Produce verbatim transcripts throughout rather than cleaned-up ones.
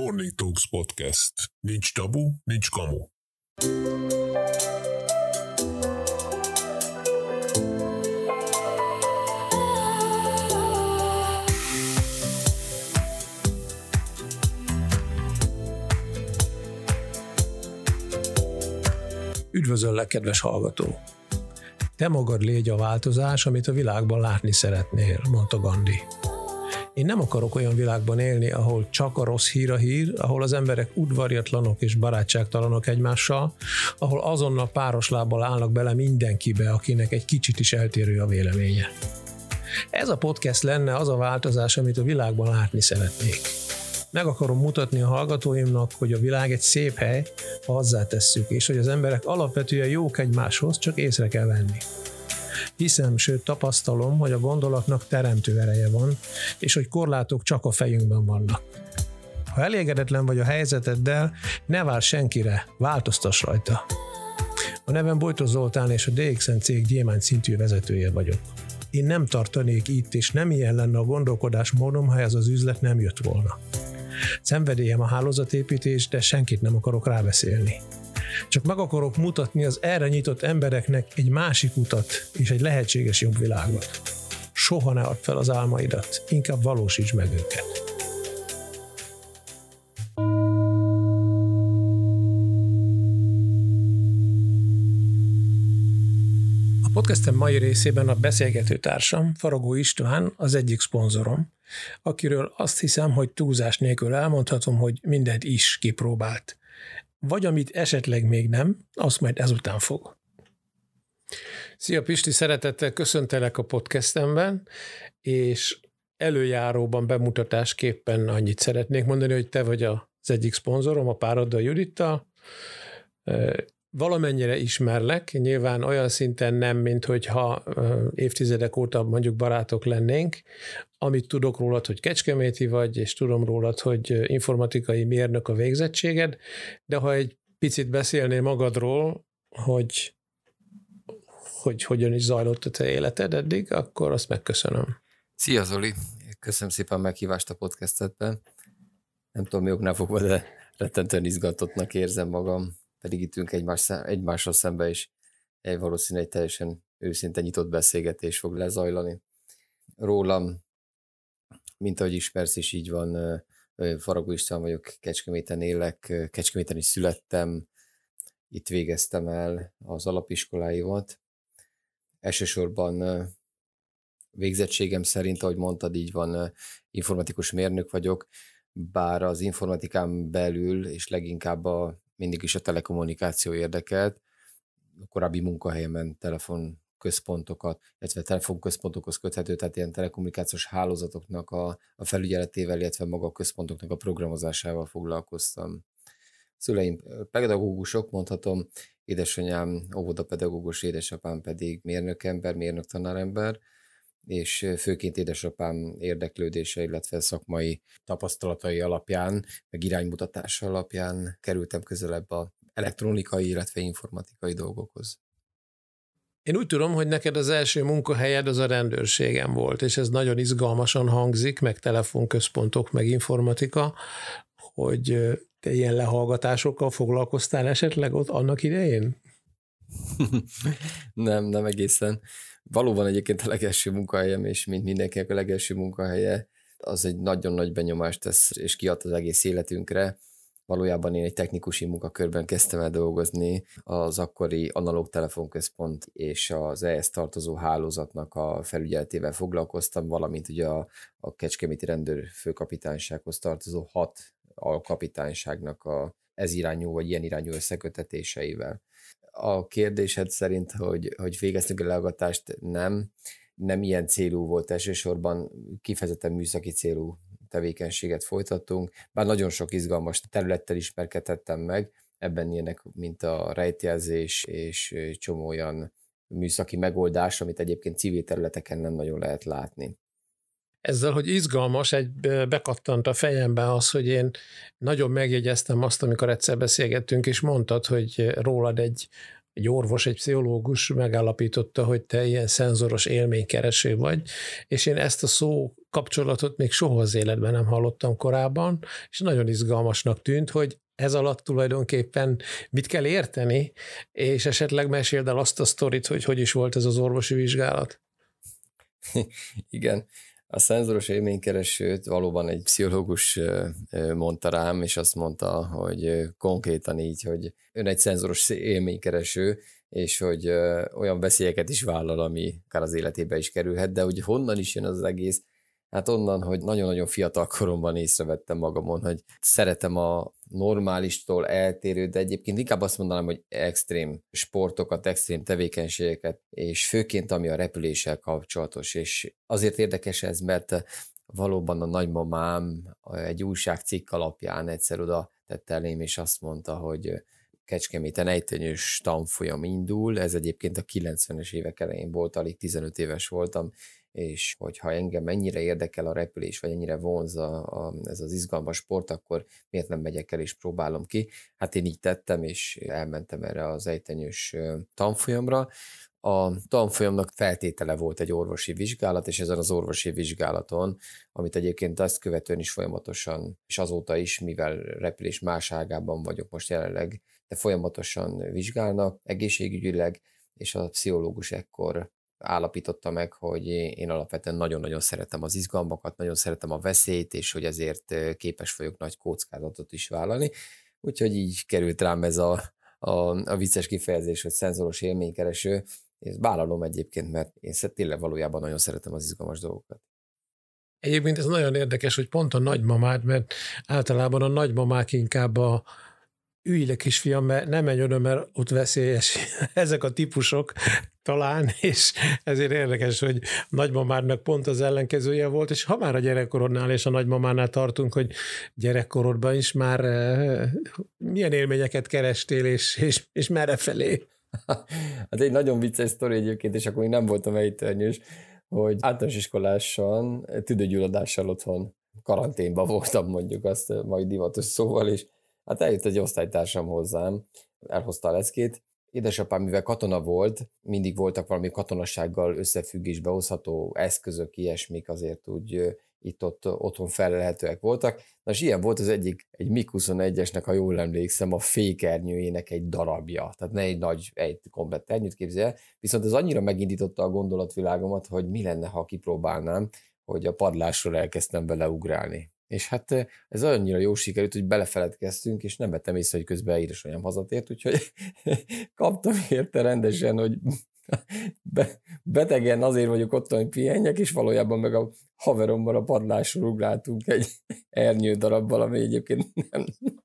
Morning Talks Podcast. Nincs tabu, nincs kamu. Üdvözöllek, kedves hallgató! Te magad légy a változás, amit a világban látni szeretnél, mondta Gandhi. Én nem akarok olyan világban élni, ahol csak a rossz hír a hír, ahol az emberek udvariatlanok és barátságtalanok egymással, ahol azonnal páros lábbal állnak bele mindenkibe, akinek egy kicsit is eltérő a véleménye. Ez a podcast lenne az a változás, amit a világban látni szeretnék. Meg akarom mutatni a hallgatóimnak, hogy a világ egy szép hely, ha hozzá-tesszük, és hogy az emberek alapvetően jók egymáshoz, csak észre kell venni. Hiszem, sőt tapasztalom, hogy a gondolatnak teremtő ereje van, és hogy korlátok csak a fejünkben vannak. Ha elégedetlen vagy a helyzeteddel, ne várj senkire, változtass rajta. A nevem Bojtos Zoltán, és a dé iksz en cég gyémánt szintű vezetője vagyok. Én nem tartanék itt, és nem ilyen lenne a gondolkodásmódom, ha ez az üzlet nem jött volna. Szenvedélyem a hálózatépítés, de senkit nem akarok rábeszélni. Csak meg akarok mutatni az erre nyitott embereknek egy másik utat és egy lehetséges jobb világot. Soha ne add fel az álmaidat, inkább valósítsd meg őket. A podcastem mai részében a beszélgető társam, Faragó István, az egyik szponzorom, akiről azt hiszem, hogy túlzás nélkül elmondhatom, hogy mindent is kipróbált. Vagy amit esetleg még nem, azt majd ezután fog. Szia Pisti, szeretettel köszöntelek a podcastemben, és előjáróban bemutatásképpen annyit szeretnék mondani, hogy te vagy az egyik szponzorom, a pároddal, Judittal. Valamennyire ismerlek, nyilván olyan szinten nem, mint hogyha évtizedek óta mondjuk barátok lennénk. Amit tudok rólad, hogy kecskeméti vagy, és tudom rólad, hogy informatikai mérnök a végzettséged, de ha egy picit beszélnél magadról, hogy, hogy hogyan is zajlott a te életed eddig, akkor azt megköszönöm. Szia Zoli, köszönöm szépen a meghívást a podcastetben. Nem tudom, mi oknál fogva, de rettentően izgatottnak érzem magam, pedig itt ülünk egymás, egymással szembe, és egy valószínűleg egy teljesen őszinte nyitott beszélgetés fog lezajlani. Rólam, mint ahogy ismersz is, így van, Faragó István vagyok, Kecskeméten élek, Kecskeméten is születtem, itt végeztem el az alapiskoláimat. Elsősorban végzettségem szerint, ahogy mondtad, így van, informatikus mérnök vagyok, bár az informatikán belül, és leginkább a, mindig is a telekommunikáció érdekelt. A korábbi munkahelyemen telefon központokat, illetve telefonközpontokhoz köthető, tehát ilyen telekommunikációs hálózatoknak a, a felügyeletével, illetve maga a központoknak a programozásával foglalkoztam. Szüleim pedagógusok, mondhatom, édesanyám óvodapedagógus, édesapám pedig mérnökember, mérnök tanárember, és főként édesapám érdeklődése, illetve szakmai tapasztalatai alapján, meg iránymutatása alapján kerültem közelebb az elektronikai, illetve informatikai dolgokhoz. Én úgy tudom, hogy neked az első munkahelyed az a rendőrségen volt, és ez nagyon izgalmasan hangzik, meg telefonközpontok, meg informatika, hogy te ilyen lehallgatásokkal foglalkoztál esetleg ott annak idején? nem, nem egészen. Valóban egyébként a legelső munkahelyem, és mint mindenkinek a legelső munkahelye, az egy nagyon nagy benyomást tesz, és kiad az egész életünkre. Valójában én egy technikusi munkakörben kezdtem el dolgozni, az akkori analóg telefonközpont és az ehhez tartozó hálózatnak a felügyeletével foglalkoztam, valamint ugye a, a Kecskeméti rendőrfőkapitánysághoz tartozó hat alkapitányságnak a ez irányú vagy ilyen irányú összekötetéseivel. A kérdésed szerint, hogy, hogy végeztünk a lehallgatást, nem, nem ilyen célú volt elsősorban, kifejezetten műszaki célú tevékenységet folytattunk, bár nagyon sok izgalmas területtel ismerkedhettem meg, ebben ilyenek, mint a rejtjelzés és csomó olyan műszaki megoldás, amit egyébként civil területeken nem nagyon lehet látni. Ezzel, hogy izgalmas, egy bekattant a fejemben az, hogy én nagyon megjegyeztem azt, amikor egyszer beszélgettünk, és mondtad, hogy rólad egy, egy orvos, egy pszichológus megállapította, hogy te ilyen szenzoros élménykereső vagy, és én ezt a szó kapcsolatot még soha az életben nem hallottam korábban, és nagyon izgalmasnak tűnt, hogy ez alatt tulajdonképpen mit kell érteni, és esetleg meséld el azt a sztorit, hogy hogy is volt ez az orvosi vizsgálat. Igen, a szenzoros élménykeresőt valóban egy pszichológus mondta rám, és azt mondta, hogy konkrétan így, hogy ön egy szenzoros élménykereső, és hogy olyan veszélyeket is vállal, ami akár az életébe is kerülhet, de hogy honnan is jön az, az egész, hát onnan, hogy nagyon-nagyon fiatal koromban észrevettem magamon, hogy szeretem a normálistól eltérő, de egyébként inkább azt mondanám, hogy extrém sportokat, extrém tevékenységeket, és főként ami a repüléssel kapcsolatos. És azért érdekes ez, mert valóban a nagymamám egy újságcikk alapján egyszer oda tett elém, és azt mondta, hogy Kecskeméten ejtőernyős tanfolyam indul, ez egyébként a kilencvenes évek elején volt, alig tizenöt éves voltam, és hogyha engem mennyire érdekel a repülés, vagy ennyire vonz a, a, ez az izgalmas sport, akkor miért nem megyek el és próbálom ki? Hát én így tettem, és elmentem erre az ejtőernyős tanfolyamra. A tanfolyamnak feltétele volt egy orvosi vizsgálat, és ezen az orvosi vizsgálaton, amit egyébként azt követően is folyamatosan, és azóta is, mivel repülés más ágában vagyok most jelenleg, de folyamatosan vizsgálnak egészségügyileg, és a pszichológus ekkor állapította meg, hogy én alapvetően nagyon-nagyon szeretem az izgalmakat, nagyon szeretem a veszélyt, és hogy ezért képes vagyok nagy kockázatot is vállalni. Úgyhogy így került rám ez a, a, a vicces kifejezés, hogy szenzoros élménykereső. Én vállalom egyébként, mert én tényleg valójában nagyon szeretem az izgalmas dolgokat. Egyébként ez nagyon érdekes, hogy pont a nagymamád, mert általában a nagymamák inkább a ülj le, kisfiam, mert nem menj oda, mert ott veszélyes ezek a típusok talán, és ezért érdekes, hogy nagymamádnak pont az ellenkezője volt, és ha már a gyerekkorodnál és a nagymamánál tartunk, hogy gyerekkorodban is már milyen élményeket kerestél, és, és, és merre felé? Hát egy nagyon vicces sztori egyébként, és akkor még nem voltam ejtőernyős, hogy általános iskolásan tüdőgyulladással otthon karanténban voltam, mondjuk azt majd divatos szóval, és hát eljött egy osztálytársam hozzám, elhozta a leckét. Édesapám, mivel katona volt, mindig voltak valami katonassággal összefüggésbe hozható eszközök, ilyesmik azért úgy itt-ott otthon felelhetőek voltak. Na és ilyen volt az egyik, egy mig huszonegyesnek, ha jól emlékszem, a fékernyőjének egy darabja. Tehát ne egy nagy, egy komplett ernyőt képzelje. Viszont ez annyira megindította a gondolatvilágomat, hogy mi lenne, ha kipróbálnám, hogy a padlásról elkezdtem vele ugrálni. És hát ez annyira jó sikerült, hogy belefeledkeztünk, és nem vettem észre, hogy közben édesanyám hazatért, úgyhogy kaptam érte rendesen, hogy be, betegen azért vagyok otthon, hogy pihenjek, és valójában meg a haverommal a padlásról ugráltunk egy ernyő darabbal, ami egyébként nem...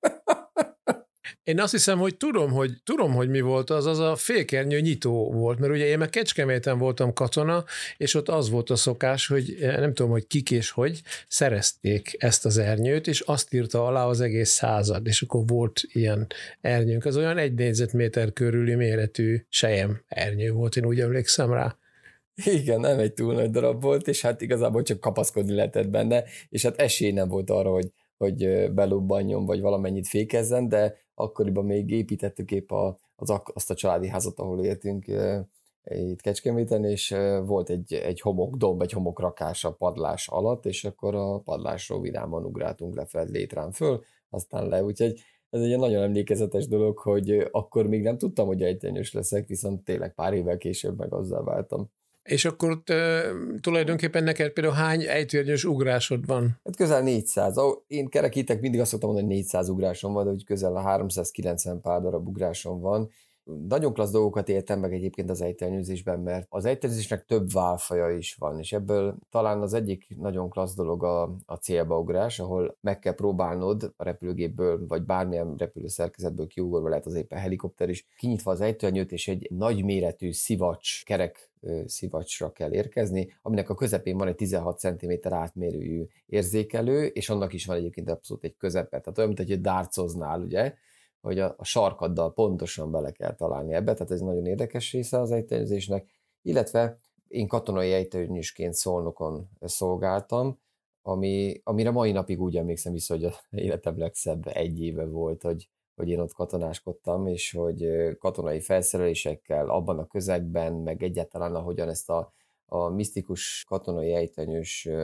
Én azt hiszem, hogy tudom, hogy tudom, hogy mi volt az, az a fékernyő nyitó volt, mert ugye én meg Kecskeméten voltam katona, és ott az volt a szokás, hogy nem tudom, hogy kik és hogy szerezték ezt az ernyőt, és azt írta alá az egész század, és akkor volt ilyen ernyőnk. Az olyan egy négyzetméter körüli méretű sejem ernyő volt, én úgy emlékszem rá. Igen, nem egy túl nagy darab volt, és hát igazából csak kapaszkodni lehetett benne, és hát esély nem volt arra, hogy hogy belobbanjon, vagy valamennyit fékezzen, de akkoriban még építettük épp a, az, azt a családi házat, ahol éltünk e, itt Kecskeméten, és e, volt egy, egy homokdomb, egy homokrakás a padlás alatt, és akkor a padlásról vidáman ugráltunk lefelé létrán föl, aztán le, úgyhogy ez egy nagyon emlékezetes dolog, hogy akkor még nem tudtam, hogy ejtőernyős leszek, viszont tényleg pár évvel később meg azzal váltam. És akkor te, tulajdonképpen neked például hány ejtőernyős ugrásod van? Hát közel négyszáz. Én kerekítek, mindig azt szoktam mondani, hogy négyszáz ugrásom van, de úgy közel a háromszázkilencven pár darab ugrásom van. Nagyon klassz dolgokat éltem meg egyébként az ejtőernyőzésben, mert az ejtőernyőzésnek több válfaja is van, és ebből talán az egyik nagyon klassz dolog a, a célbaugrás, ahol meg kell próbálnod a repülőgépből, vagy bármilyen repülőszerkezetből kiugorva, lehet az éppen helikopter is, kinyitva az ejtőernyőt, és egy nagyméretű szivacs, kerek szivacsra kell érkezni, aminek a közepén van egy tizenhat centiméter átmérőjű érzékelő, és annak is van egyébként abszolút egy közepe. Tehát olyan, mint egy dárcoznál, ugye, hogy a, a sarkaddal pontosan bele kell találni ebbe, tehát ez nagyon érdekes része az ejtőernyőzésnek, illetve én katonai ejtőernyősként Szolnokon szolgáltam, ami, amire mai napig úgy emlékszem vissza, hogy az életem legszebb egy éve volt, hogy hogy én ott katonáskodtam, és hogy katonai felszerelésekkel abban a közegben, meg egyáltalán ahogyan ezt a, a misztikus katonai ejtőernyős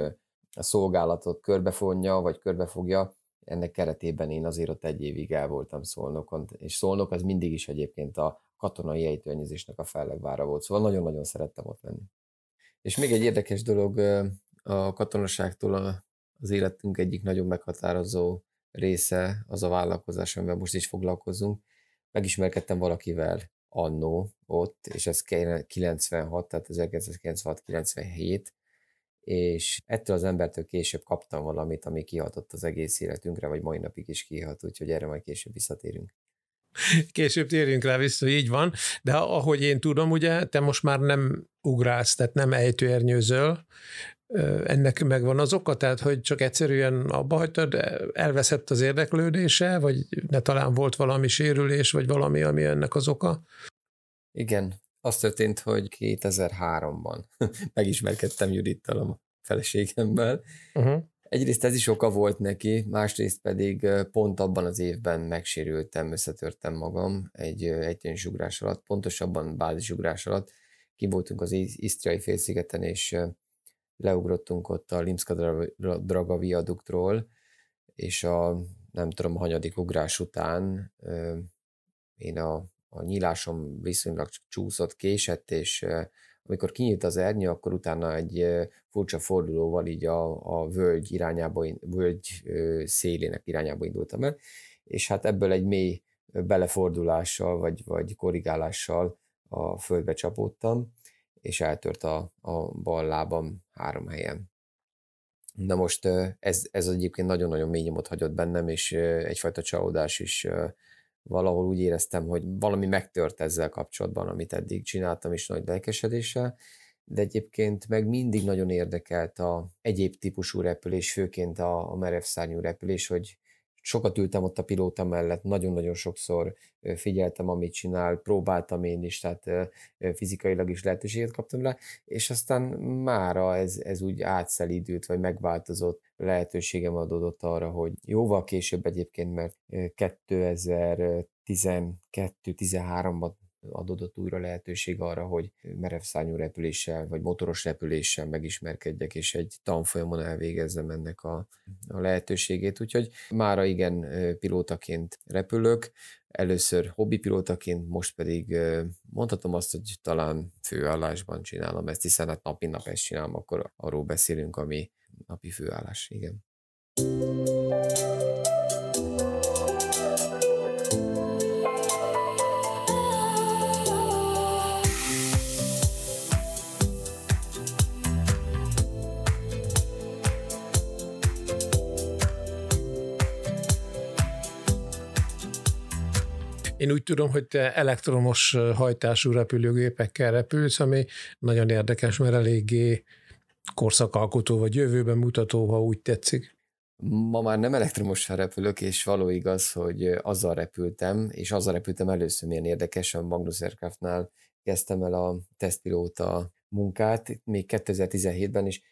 a szolgálatot körbefonja, vagy körbefogja, ennek keretében én azért ott egy évig el voltam Szolnokon, és Szolnok az mindig is egyébként a katonai ejtőernyőzésnek a fellegvára volt, szóval nagyon-nagyon szerettem ott lenni. És még egy érdekes dolog a katonaságtól az életünk egyik nagyon meghatározó része az a vállalkozás, amivel most is foglalkozunk. Megismerkedtem valakivel annó ott, és ez kilencvenhat, tehát ezerkilencszázkilencvenhat kilencvenhét, és ettől az embertől később kaptam valamit, ami kihatott az egész életünkre, vagy mai napig is kihat, úgyhogy erre majd később visszatérünk. Később térjünk rá vissza, így van, de ahogy én tudom, ugye, te most már nem ugrálsz, tehát nem ejtőernyőzöl, ennek megvan az oka, tehát hogy csak egyszerűen abba hagytad, elveszett az érdeklődése, vagy ne talán volt valami sérülés, vagy valami, ami ennek az oka? Igen, az történt, hogy kétezer-háromban megismerkedtem Judittal, a feleségemmel. Uh-huh. Egyrészt ez is oka volt neki, másrészt pedig pont abban az évben megsérültem, összetörtem magam egy ejtőernyősugrás alatt, pontosabban bázisugrás alatt. Ki voltunk az Isztriai félszigeten, és leugrottunk ott a Limszka-Draga viaduktról, és a nem tudom, hanyadik ugrás után én a, a nyílásom viszonylag csúszott, késett, és amikor kinyílt az ernyő, akkor utána egy furcsa fordulóval így a, a völgy irányába, völgy szélének irányába indultam el, és hát ebből egy mély belefordulással, vagy, vagy korrigálással a földbe csapódtam, és eltört a, a bal lábam három helyen. Na most ez, ez egyébként nagyon-nagyon mély nyomot hagyott bennem, és egyfajta csalódás is. Valahol úgy éreztem, hogy valami megtört ezzel kapcsolatban, amit eddig csináltam, és nagy lelkesedéssel, de egyébként meg mindig nagyon érdekelt a egyéb típusú repülés, főként a, a merevszárnyú repülés, hogy sokat ültem ott a pilóta mellett, nagyon-nagyon sokszor figyeltem, amit csinál, próbáltam én is, tehát fizikailag is lehetőséget kaptam rá, és aztán mára ez, ez úgy átszelídült, vagy megváltozott, lehetőségem adódott arra, hogy jóval később egyébként, mert kétezer-tizenkettő tizenháromban adódott újra lehetőség arra, hogy merevszárnyú repüléssel, vagy motoros repüléssel megismerkedjek, és egy tanfolyamon elvégezzem ennek a, a lehetőségét. Úgyhogy mára igen, pilótaként repülök, először hobbipilótaként, most pedig mondhatom azt, hogy talán főállásban csinálom ezt, hiszen hát napi nap ezt csinálom, akkor arról beszélünk, ami napi főállás, igen. Én úgy tudom, hogy te elektromos hajtású repülőgépekkel repülsz, ami nagyon érdekes, mert eléggé korszakalkotó vagy jövőben mutató, ha úgy tetszik. Ma már nem elektromosan repülök, és való igaz, hogy azzal repültem, és azzal repültem először, milyen érdekes, a Magnus Aircraftnál kezdtem el a tesztpilóta munkát, még kétezer-tizenhétben is.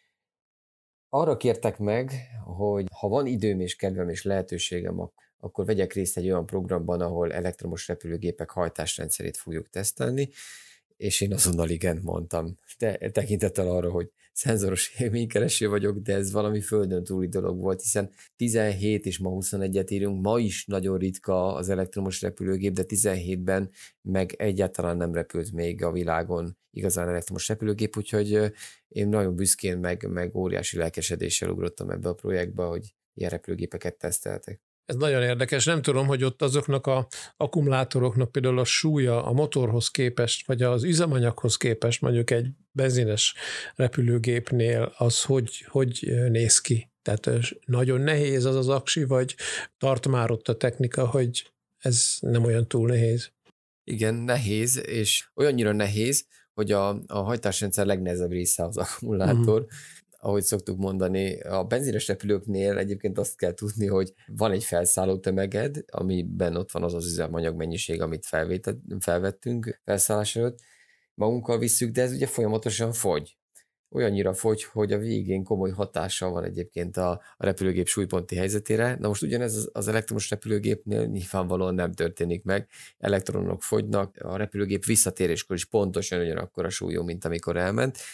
Arra kértek meg, hogy ha van időm és kedvem és lehetőségem, akkor vegyek részt egy olyan programban, ahol elektromos repülőgépek hajtásrendszerét fogjuk tesztelni, és én azonnal igen mondtam. De tekintettel arra, hogy szenzoros élménykereső vagyok, de ez valami földön túli dolog volt, hiszen tizenhét és ma huszonegyet írunk, ma is nagyon ritka az elektromos repülőgép, de tizenhétben meg egyáltalán nem repült még a világon igazán elektromos repülőgép, úgyhogy én nagyon büszkén, meg, meg óriási lelkesedéssel ugrottam ebbe a projektbe, hogy ilyen repülőgépeket teszteltek. Ez nagyon érdekes. Nem tudom, hogy ott azoknak a akkumulátoroknak például a súlya a motorhoz képest, vagy az üzemanyaghoz képest, mondjuk egy benzines repülőgépnél, az hogy, hogy néz ki? Tehát nagyon nehéz az az aksi, vagy tart már ott a technika, hogy ez nem olyan túl nehéz? Igen, nehéz, és olyannyira nehéz, hogy a, a hajtásrendszer legnehezebb része az akkumulátor, uh-huh. Ahogy szoktuk mondani, a benzines repülőknél egyébként azt kell tudni, hogy van egy felszálló tömeged, amiben ott van az az üzemanyag mennyiség, amit felvettünk felszállás előtt, magunkkal visszük, de ez ugye folyamatosan fogy. Olyannyira fogy, hogy a végén komoly hatással van egyébként a, a repülőgép súlyponti helyzetére. Na most ugyanez az elektromos repülőgépnél nyilvánvalóan nem történik meg. Elektronok fogynak, a repülőgép visszatéréskor is pontosan ugyanakkor a súlyú, mint amikor elment.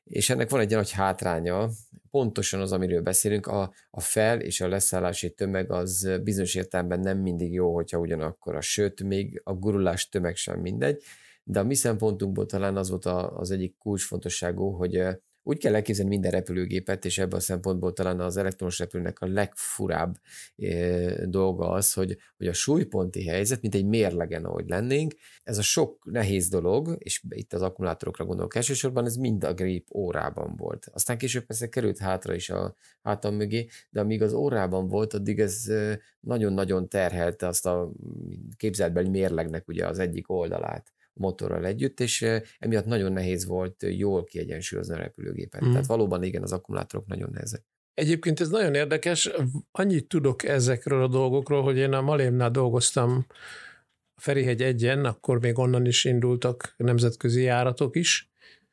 és ennek van egy nagy hátránya, pontosan az, amiről beszélünk, a, a fel- és a leszállási tömeg az bizonyos értelemben nem mindig jó, hogyha ugyanakkor a, sőt, még a gurulás tömeg sem mindegy, de a mi szempontunkból talán az volt a, az egyik kulcsfontosságú, hogy úgy kell elképzelni minden repülőgépet, és ebből a szempontból talán az elektromos repülőnek a legfurább e, dolga az, hogy, hogy a súlyponti helyzet, mint egy mérlegen, ahogy lennénk, ez a sok nehéz dolog, és itt az akkumulátorokra gondolok elsősorban, ez mind a gép órában volt. Aztán később persze került hátra is a hátam mögé, de amíg az órában volt, addig ez nagyon-nagyon terhelte azt a képzeletbeli mérlegnek ugye az egyik oldalát motorral együtt, és emiatt nagyon nehéz volt jól kiegyensúlyozni a repülőgépet. Mm. Tehát valóban igen, az akkumulátorok nagyon nehezek. Egyébként ez nagyon érdekes, annyit tudok ezekről a dolgokról, hogy én a Malémnál dolgoztam a Ferihegy egyen, akkor még onnan is indultak nemzetközi járatok is,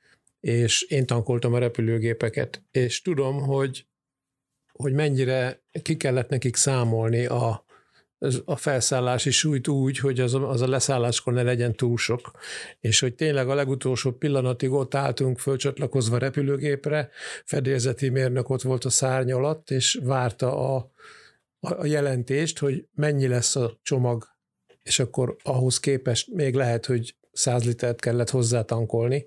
és én tankoltam a repülőgépeket, és tudom, hogy, hogy mennyire ki kellett nekik számolni a a felszállási súlyt úgy, hogy az a, az a leszálláskor ne legyen túl sok, és hogy tényleg a legutolsó pillanatig ott álltunk fölcsatlakozva repülőgépre, fedélzeti mérnök ott volt a szárny alatt, és várta a, a jelentést, hogy mennyi lesz a csomag, és akkor ahhoz képest még lehet, hogy száz litert kellett hozzátankolni,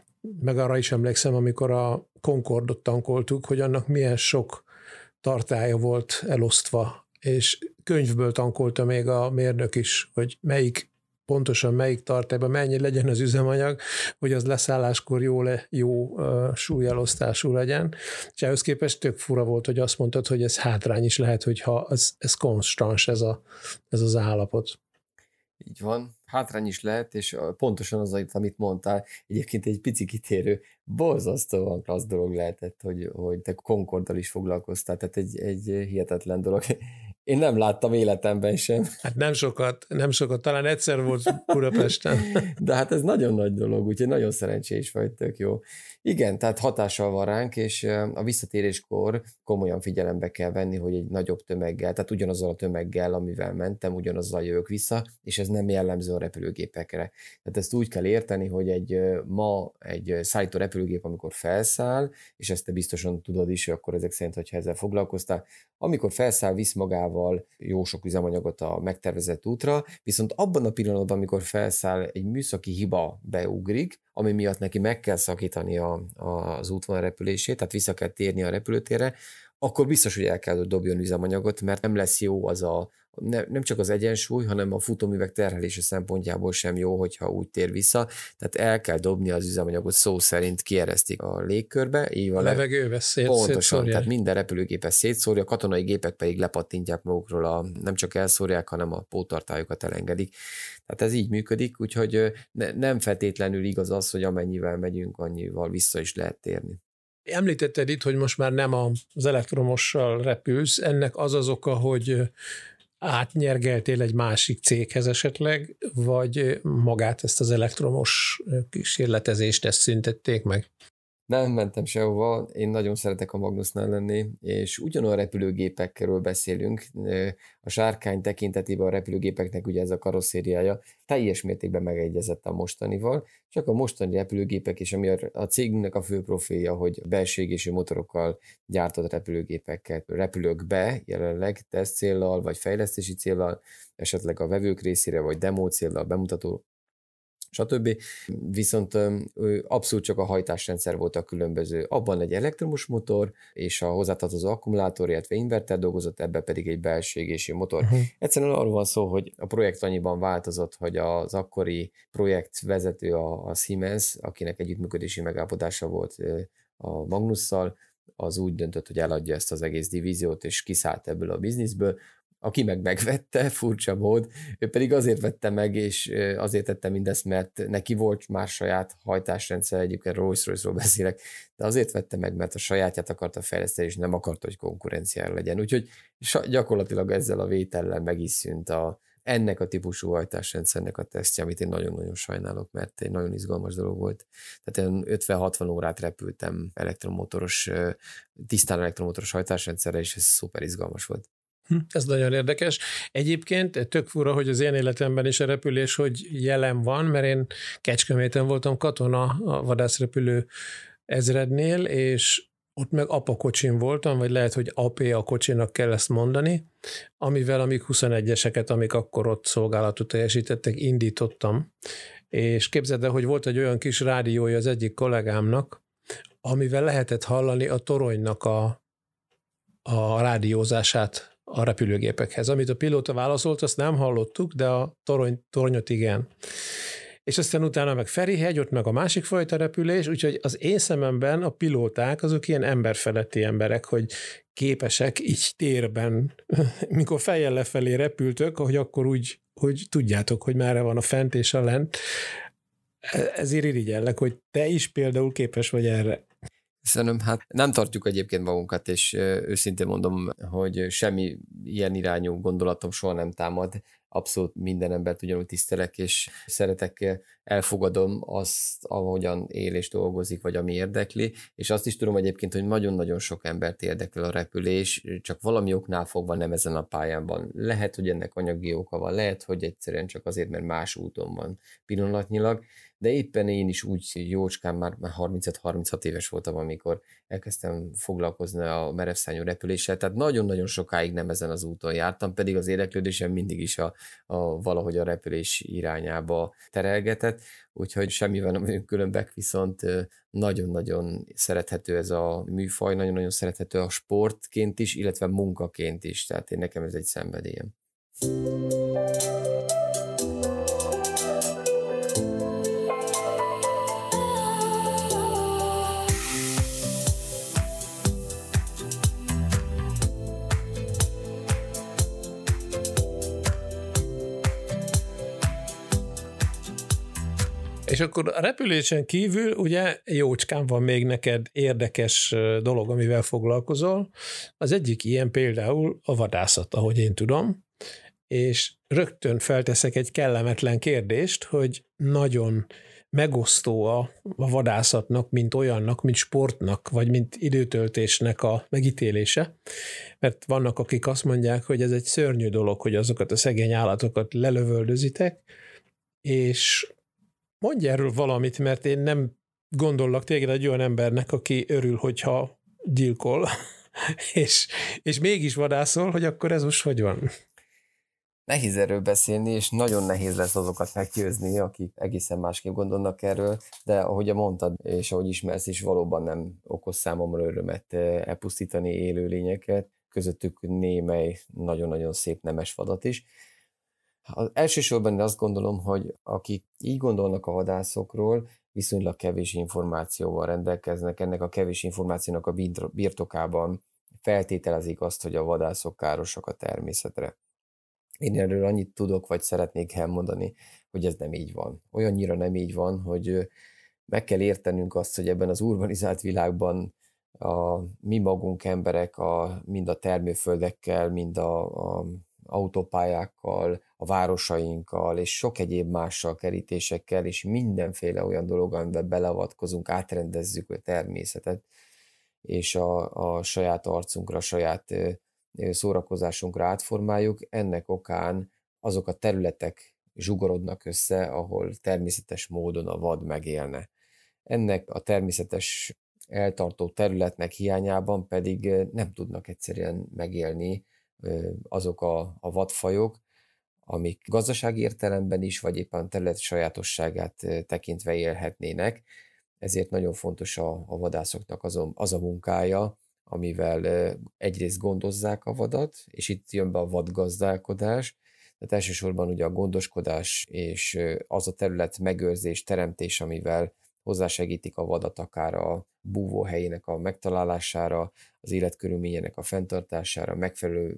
meg arra is emlékszem, amikor a Concordot tankoltuk, hogy annak milyen sok tartálya volt elosztva, és könyvből tankolta még a mérnök is, hogy melyik, pontosan melyik tartályban mennyi legyen az üzemanyag, hogy az leszálláskor jó, le, jó uh, súlyelosztású legyen. És ehhez képest tök fura volt, hogy azt mondtad, hogy ez hátrány is lehet, hogyha ez, ez konstans, ez, a, ez az állapot. Így van, hátrány is lehet, és pontosan az, amit mondtál, egyébként egy pici kitérő, borzasztóan klassz dolog lehetett, hogy, hogy te Concorddal is foglalkoztál, tehát egy, egy hihetetlen dolog. Én nem láttam életemben sem. Hát nem sokat, nem sokat, talán egyszer volt Budapesten. De hát ez nagyon nagy dolog, úgyhogy nagyon szerencsés vagy, tök jó. Igen, tehát hatással van ránk, és a visszatéréskor komolyan figyelembe kell venni, hogy egy nagyobb tömeggel, tehát ugyanazzal a tömeggel, amivel mentem, ugyanazzal jövök vissza, és ez nem jellemző a repülőgépekre. Tehát ezt úgy kell érteni, hogy egy ma egy szállító repülőgép, amikor felszáll, és ezt te biztosan tudod is, akkor ezek szerint, hogyha ezzel foglalkoztál, amikor felszáll, visz magával jó sok üzemanyagot a megtervezett útra, viszont abban a pillanatban, amikor felszáll, egy műszaki hiba beugrik, ami miatt neki meg kell szakítani a, a, az útvonal repülését, tehát vissza kell térni a repülőtérre, akkor biztos, hogy el kell, hogy dobjon üzemanyagot, mert nem lesz jó az a, ne, nem csak az egyensúly, hanem a futóművek terhelése szempontjából sem jó, hogyha úgy tér vissza, tehát el kell dobni az üzemanyagot, szó szerint kieresztik a légkörbe, így van. A levegőbe szét, pontosan, szétszórják. Tehát minden repülőgépet szétszórja, a katonai gépek pedig lepattintják magukról, a, nem csak elszórják, hanem a póttartályokat elengedik. Tehát ez így működik, úgyhogy ne, nem feltétlenül igaz az, hogy amennyivel megyünk, annyival vissza is lehet térni. Említetted itt, hogy most már nem az elektromossal repülsz, ennek az az oka, hogy átnyergeltél egy másik céghez esetleg, vagy magát ezt az elektromos kísérletezést ezt szüntették meg? Nem mentem sehova, én nagyon szeretek a Magnusnál lenni, és ugyanolyan repülőgépekről beszélünk, a Sárkány tekintetében a repülőgépeknek ugye ez a karosszériája teljes mértékben megegyezett a mostanival, csak a mostani repülőgépek és ami a cégünknek a fő profilja, hogy belső égésű motorokkal gyártott repülőgépeket repülök be jelenleg teszt céllal, vagy fejlesztési céllal, esetleg a vevők részére, vagy demo céllal, bemutató, stb. Viszont abszolút csak a hajtásrendszer volt a különböző. Abban egy elektromos motor, és a hozzátartozó akkumulátor, illetve inverter dolgozott, ebbe pedig egy belső égésű motor. Uh-huh. Egyszerűen arról van szó, hogy a projekt annyiban változott, hogy az akkori projektvezető, a, a Siemens, akinek együttműködési megállapodása volt a Magnusszal, az úgy döntött, hogy eladja ezt az egész divíziót, és kiszállt ebből a bizniszből. Aki meg megvette, furcsa mód, ő pedig azért vette meg, és azért tette mindezt, mert neki volt már saját hajtásrendszer, egyébként Rolls-Royce-ról beszélek, de azért vette meg, mert a sajátját akarta fejleszteni, és nem akarta, hogy konkurenciára legyen. Úgyhogy gyakorlatilag ezzel a vétellel meg is szűnt a, ennek a típusú hajtásrendszernek a tesztje, amit én nagyon-nagyon sajnálok, mert egy nagyon izgalmas dolog volt. Tehát én ötven-hatvan órát repültem elektromotoros, tisztán elektromotoros hajtásrendszerre, és ez szuper izgalmas volt. Ez nagyon érdekes. Egyébként tök fura, hogy az én életemben is a repülés hogy jelen van, mert én Kecskeméten voltam katona a vadászrepülő ezrednél, és ott meg apa kocsin voltam, vagy lehet, hogy apé a kocsinak kell ezt mondani, amivel a mig huszonegyeseket, amik akkor ott szolgálatot teljesítettek, indítottam. És képzeld el, hogy volt egy olyan kis rádiója az egyik kollégámnak, amivel lehetett hallani a toronynak a, a rádiózását a repülőgépekhez. Amit a pilóta válaszolt, azt nem hallottuk, de a torony, tornyot igen. És aztán utána meg Ferihegy, ott meg a másik fajta repülés, úgyhogy az én szememben a pilóták azok ilyen emberfeletti emberek, hogy képesek így térben, mikor fejjel lefelé repültök, hogy akkor úgy, hogy tudjátok, hogy merre van a fent és a lent. Ezért irigyellek, hogy te is például képes vagy erre. Szerintem hát nem tartjuk egyébként magunkat, és őszintén mondom, hogy semmi ilyen irányú gondolatom soha nem támad. Abszolút minden embert ugyanúgy tisztelek, és szeretek, elfogadom azt, ahogyan él és dolgozik, vagy ami érdekli, és azt is tudom egyébként, hogy nagyon-nagyon sok embert érdekel a repülés, csak valami oknál fogva nem ezen a pályán van. Lehet, hogy ennek anyagi oka van, lehet, hogy egyszerűen csak azért, mert más úton van pillanatnyilag, de éppen én is úgy jócskán már, már harmincöt-harminchat éves voltam, amikor elkezdtem foglalkozni a merevszárnyú repüléssel, tehát nagyon-nagyon sokáig nem ezen az úton jártam, pedig az érdeklődésem mindig is a, a valahogy a repülés irányába terelgetett, úgyhogy semmivel nem vagyunk különbek, viszont nagyon-nagyon szerethető ez a műfaj, nagyon-nagyon szerethető a sportként is, illetve munkaként is, tehát én nekem ez egy szenvedélyem. És akkor a repülésen kívül ugye jócskán van még neked érdekes dolog, amivel foglalkozol. Az egyik ilyen például a vadászat, ahogy én tudom, és rögtön felteszek egy kellemetlen kérdést, hogy nagyon megosztó a, a vadászatnak, mint olyannak, mint sportnak, vagy mint időtöltésnek a megítélése, mert vannak, akik azt mondják, hogy ez egy szörnyű dolog, hogy azokat a szegény állatokat lelövöldözitek, és mondj erről valamit, mert én nem gondollak téged egy olyan embernek, aki örül, hogyha gyilkol, és, és mégis vadászol, hogy akkor ez most hogy van? Nehéz erről beszélni, és nagyon nehéz lesz azokat meggyőzni, akik egészen másképp gondolnak erről, de ahogy mondtad, és ahogy ismersz is, valóban nem okoz számomra örömet elpusztítani élőlényeket, közöttük némely nagyon-nagyon szép nemes vadat is. Az elsősorban én azt gondolom, hogy akik így gondolnak a vadászokról, viszonylag kevés információval rendelkeznek, ennek a kevés információnak a birtokában feltételezik azt, hogy a vadászok károsak a természetre. Én erről annyit tudok, vagy szeretnék elmondani, hogy ez nem így van. Olyannyira nem így van, hogy meg kell értenünk azt, hogy ebben az urbanizált világban a, mi magunk emberek, a, mind a termőföldekkel, mind a, a autópályákkal, a városainkkal, és sok egyéb mással, kerítésekkel, és mindenféle olyan dolog, amiben beleavatkozunk, átrendezzük a természetet, és a, a saját arcunkra, a saját szórakozásunkra átformáljuk. Ennek okán azok a területek zsugorodnak össze, ahol természetes módon a vad megélne. Ennek a természetes eltartó területnek hiányában pedig nem tudnak egyszerűen megélni azok a, a vadfajok, amik gazdasági értelemben is, vagy éppen terület sajátosságát tekintve élhetnének. Ezért nagyon fontos a, a vadászoknak az a, az a munkája, amivel egyrészt gondozzák a vadat, és itt jön be a vadgazdálkodás, tehát elsősorban ugye a gondoskodás és az a terület megőrzés, teremtés, amivel hozzásegítik a vadat akár a búvóhelyének a megtalálására, az életkörülményének a fenntartására, megfelelő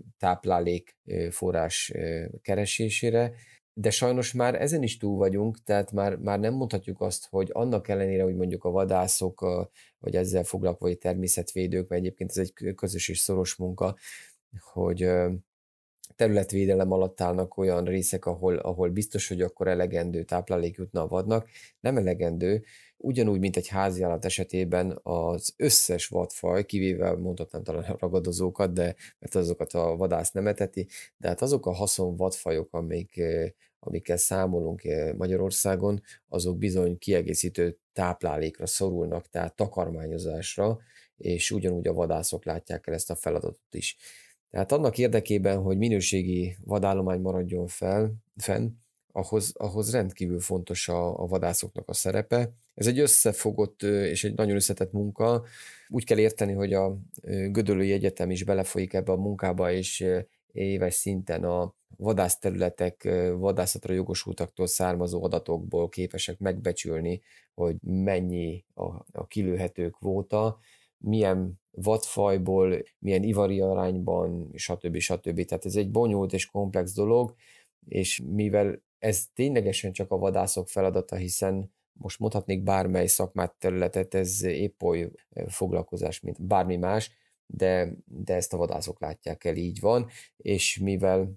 táplálékforrás keresésére, de sajnos már ezen is túl vagyunk, tehát már, már nem mondhatjuk azt, hogy annak ellenére, hogy mondjuk a vadászok, vagy ezzel foglalkozó természetvédők, mert egyébként ez egy közös és szoros munka, hogy területvédelem alatt állnak olyan részek, ahol, ahol biztos, hogy akkor elegendő táplálék jutna a vadnak, nem elegendő, ugyanúgy, mint egy háziállat esetében az összes vadfaj, kivéve mondhatnám talán a ragadozókat, de mert azokat a vadász nem eteti, de hát azok a haszon vadfajok, amik amikkel számolunk Magyarországon, azok bizony kiegészítő táplálékra szorulnak, tehát takarmányozásra, és ugyanúgy a vadászok látják el ezt a feladatot is. Tehát annak érdekében, hogy minőségi vadállomány maradjon fel, fenn, ahhoz, ahhoz rendkívül fontos a, a vadászoknak a szerepe. Ez egy összefogott és egy nagyon összetett munka. Úgy kell érteni, hogy a Gödöllői Egyetem is belefolyik ebbe a munkába, és éves szinten a vadászterületek, vadászatra jogosultaktól származó adatokból képesek megbecsülni, hogy mennyi a, a kilőhető kvóta, milyen vadfajból, milyen ivari arányban, stb. stb. Tehát ez egy bonyolult és komplex dolog, és mivel ez ténylegesen csak a vadászok feladata, hiszen most mondhatnék bármely szakmát, területet, ez épp oly foglalkozás, mint bármi más, de, de ezt a vadászok látják el, így van, és mivel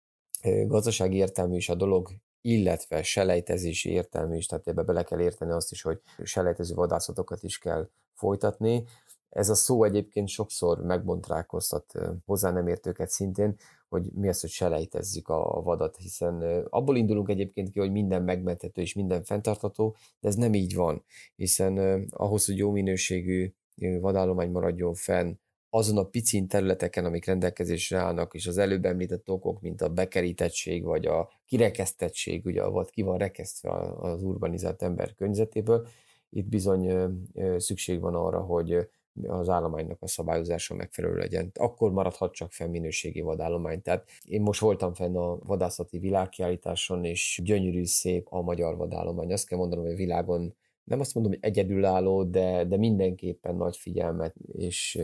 gazdasági értelmű is a dolog, illetve selejtezési értelmű is, tehát ebbe bele kell érteni azt is, hogy selejtező vadászatokat is kell folytatni. Ez a szó egyébként sokszor megbontrálkoztat hozzá nem értőket szintén, hogy mi az, hogy selejtezzük a vadat, hiszen abból indulunk egyébként ki, hogy minden megmenthető és minden fenntartható, de ez nem így van, hiszen ahhoz, hogy jó minőségű vadállomány maradjon fenn, azon a picin területeken, amik rendelkezésre állnak, és az előbb említett okok, mint a bekerítettség, vagy a kirekesztettség, ugye a vad ki van rekesztve az urbanizált ember környezetéből, itt bizony szükség van arra, hogy az állománynak a szabályozása megfelelő legyen. Akkor maradhat csak fenn minőségi vadállomány. Tehát én most voltam fenn a vadászati világkiállításon, és gyönyörű, szép a magyar vadállomány. Azt kell mondanom, hogy a világon nem azt mondom, hogy egyedülálló, de, de mindenképpen nagy figyelmet és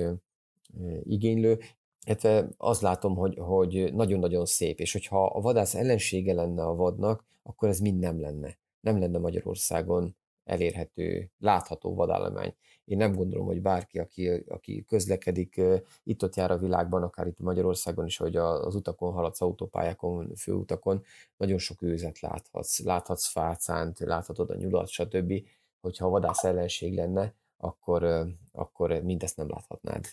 igénylő. Illetve azt látom, hogy, hogy nagyon-nagyon szép, és hogyha a vadász ellensége lenne a vadnak, akkor ez mind nem lenne. Nem lenne Magyarországon elérhető, látható vadállomány. Én nem gondolom, hogy bárki, aki, aki közlekedik, itt-ott jár a világban, akár itt Magyarországon is, hogy az utakon haladsz, autópályákon, főutakon, nagyon sok őzet láthatsz. Láthatsz fácánt, láthatod a nyulat, stb. Hogyha a vadász ellenség lenne, akkor, akkor mindezt nem láthatnád.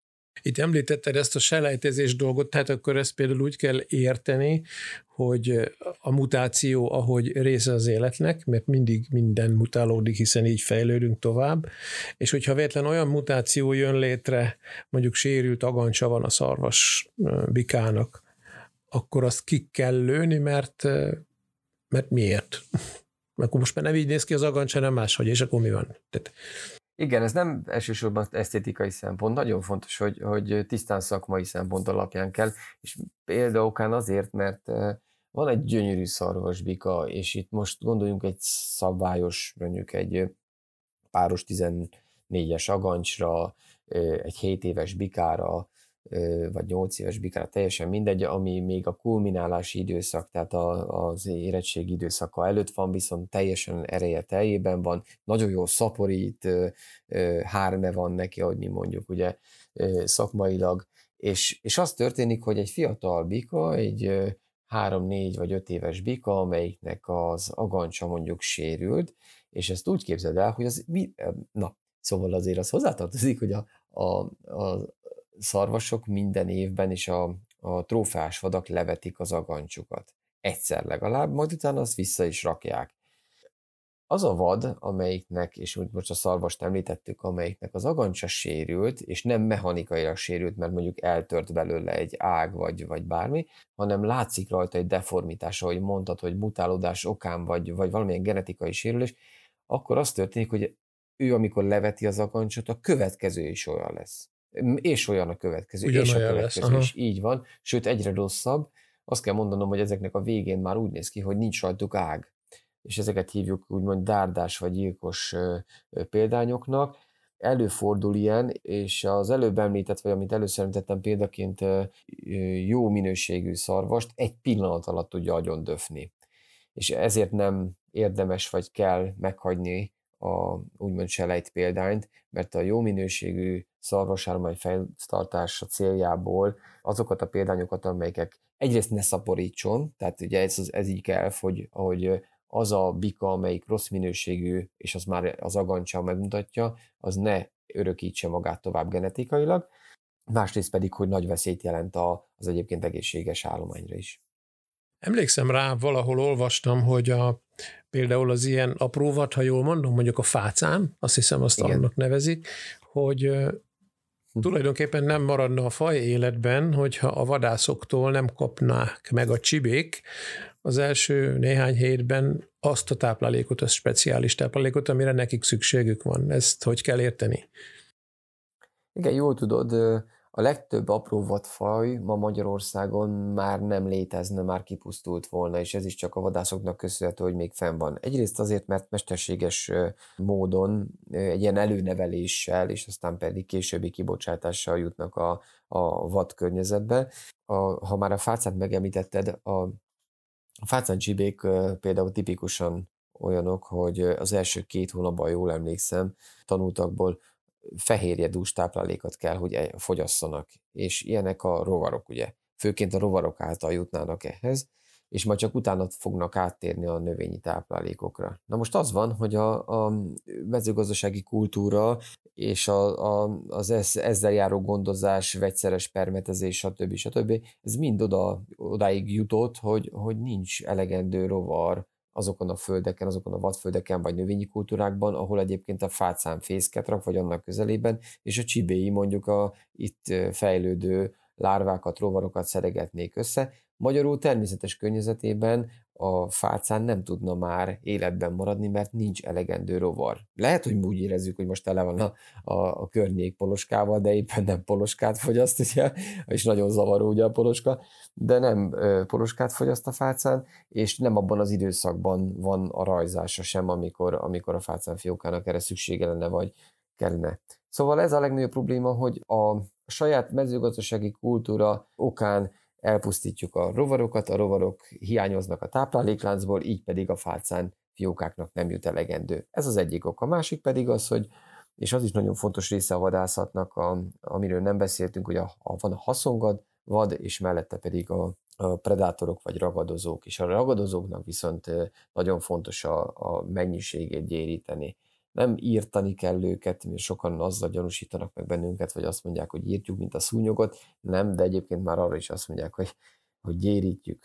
Itt említetted ezt a selejtezés dolgot, tehát akkor ezt például úgy kell érteni, hogy a mutáció, ahogy része az életnek, mert mindig minden mutálódik, hiszen így fejlődünk tovább, és hogyha véletlen olyan mutáció jön létre, mondjuk sérült agancsa van a szarvas bikának, akkor azt ki kell lőni, mert, mert miért? Mert akkor most már nem így néz ki az agancsa, hanem máshogy, és akkor mi van? Tehát igen, ez nem elsősorban esztétikai szempont, nagyon fontos, hogy, hogy tisztán szakmai szempont alapján kell, és példaokán azért, mert van egy gyönyörű szarvasbika, és itt most gondoljunk egy szabályos, mondjuk egy páros tizennégyes agancsra, egy hét éves bikára, vagy nyolc éves bikára, teljesen mindegy, ami még a kulminálási időszak, tehát a, az érettségi időszaka előtt van, viszont teljesen ereje teljében van, nagyon jól szaporít, hárme van neki, ahogy mi mondjuk ugye szakmailag, és, és az történik, hogy egy fiatal bika, egy három, négy vagy öt éves bika, amelyiknek az agancsa mondjuk sérült, és ezt úgy képzeld el, hogy az, na, szóval azért az hozzátartozik, hogy a, a, a szarvasok minden évben is a, a trófeás vadak levetik az agancsukat. Egyszer legalább, majd utána azt vissza is rakják. Az a vad, amelyiknek, és úgy most a szarvast említettük, amelyiknek az agancsa sérült, és nem mechanikailag sérült, mert mondjuk eltört belőle egy ág, vagy, vagy bármi, hanem látszik rajta egy deformitás, ahogy mondtad, hogy mutálódás okán, vagy, vagy valamilyen genetikai sérülés, akkor az történik, hogy ő, amikor leveti az agancsot, a következő is olyan lesz. És olyan a következő, ugyanolyan és a következő lesz, is. Így van, sőt egyre rosszabb. Azt kell mondanom, hogy ezeknek a végén már úgy néz ki, hogy nincs rajtuk ág. És ezeket hívjuk úgymond dárdás vagy gyilkos példányoknak. Előfordul ilyen, és az előbb említett, vagy amit először említettem példaként, jó minőségű szarvast egy pillanat alatt tudja agyondöfni. És ezért nem érdemes vagy kell meghagyni a úgymond selejt példányt, mert a jó minőségű szarvasállomány fenntartása céljából azokat a példányokat, amelyek egyrészt ne szaporítson, tehát ugye ez, ez így kell, hogy, hogy az a bika, amelyik rossz minőségű, és az már az agancsa megmutatja, az ne örökítse magát tovább genetikailag, másrészt pedig, hogy nagy veszélyt jelent az egyébként egészséges állományra is. Emlékszem rá, valahol olvastam, hogy a, például az ilyen apró vad, ha jól mondom, mondjuk a fácán, azt hiszem azt Igen. annak nevezik, hogy ö, tulajdonképpen nem maradna a faj életben, hogyha a vadászoktól nem kapnák meg a csibék az első néhány hétben azt a táplálékot, az speciális táplálékot, amire nekik szükségük van. Ezt hogy kell érteni? Igen, jól tudod, a legtöbb apró vadfaj ma Magyarországon már nem létezne, már kipusztult volna, és ez is csak a vadászoknak köszönhető, hogy még fenn van. Egyrészt azért, mert mesterséges módon egy ilyen előneveléssel, és aztán pedig későbbi kibocsátással jutnak a, a vad környezetbe. A, ha már a fácát megemlítetted, a, a fácán csibék például tipikusan olyanok, hogy az első két hónapban, jól emlékszem, tanultakból fehérjedús táplálékot kell, hogy fogyasszanak, és ilyenek a rovarok, ugye. Főként a rovarok által jutnának ehhez, és majd csak utána fognak áttérni a növényi táplálékokra. Na most az van, hogy a, a mezőgazdasági kultúra és a, a, az ezzel járó gondozás, vegyszeres permetezés, stb. stb. Ez mind oda, odáig jutott, hogy, hogy nincs elegendő rovar azokon a földeken, azokon a vadföldeken, vagy növényi kultúrákban, ahol egyébként a fácán fészket rak, vagy annak közelében, és a csibéi mondjuk a itt fejlődő lárvákat, rovarokat szeregetnék össze. Magyarul természetes környezetében a fácán nem tudna már életben maradni, mert nincs elegendő rovar. Lehet, hogy úgy érezzük, hogy most tele van a, a, a környék poloskával, de éppen nem poloskát fogyaszt, ugye, és nagyon zavaró ugye a poloska, de nem ö, poloskát fogyaszt a fácán, és nem abban az időszakban van a rajzása sem, amikor, amikor a fácán fiókának erre szüksége lenne, vagy kellene. Szóval ez a legnagyobb probléma, hogy a saját mezőgazdasági kultúra okán elpusztítjuk a rovarokat, a rovarok hiányoznak a táplálékláncból, így pedig a fácán fiókáknak nem jut elegendő. Ez az egyik ok. A másik pedig az, hogy, és az is nagyon fontos része a vadászatnak, a, amiről nem beszéltünk, hogy a, a, van a haszongad vad, és mellette pedig a, a predátorok vagy ragadozók. És a ragadozóknak viszont nagyon fontos a, a mennyiségét gyéríteni. Nem írtani kell őket, mert sokan azzal gyanúsítanak meg bennünket, vagy azt mondják, hogy írtjuk, mint a szúnyogot. Nem, de egyébként már arra is azt mondják, hogy, hogy gyérítjük.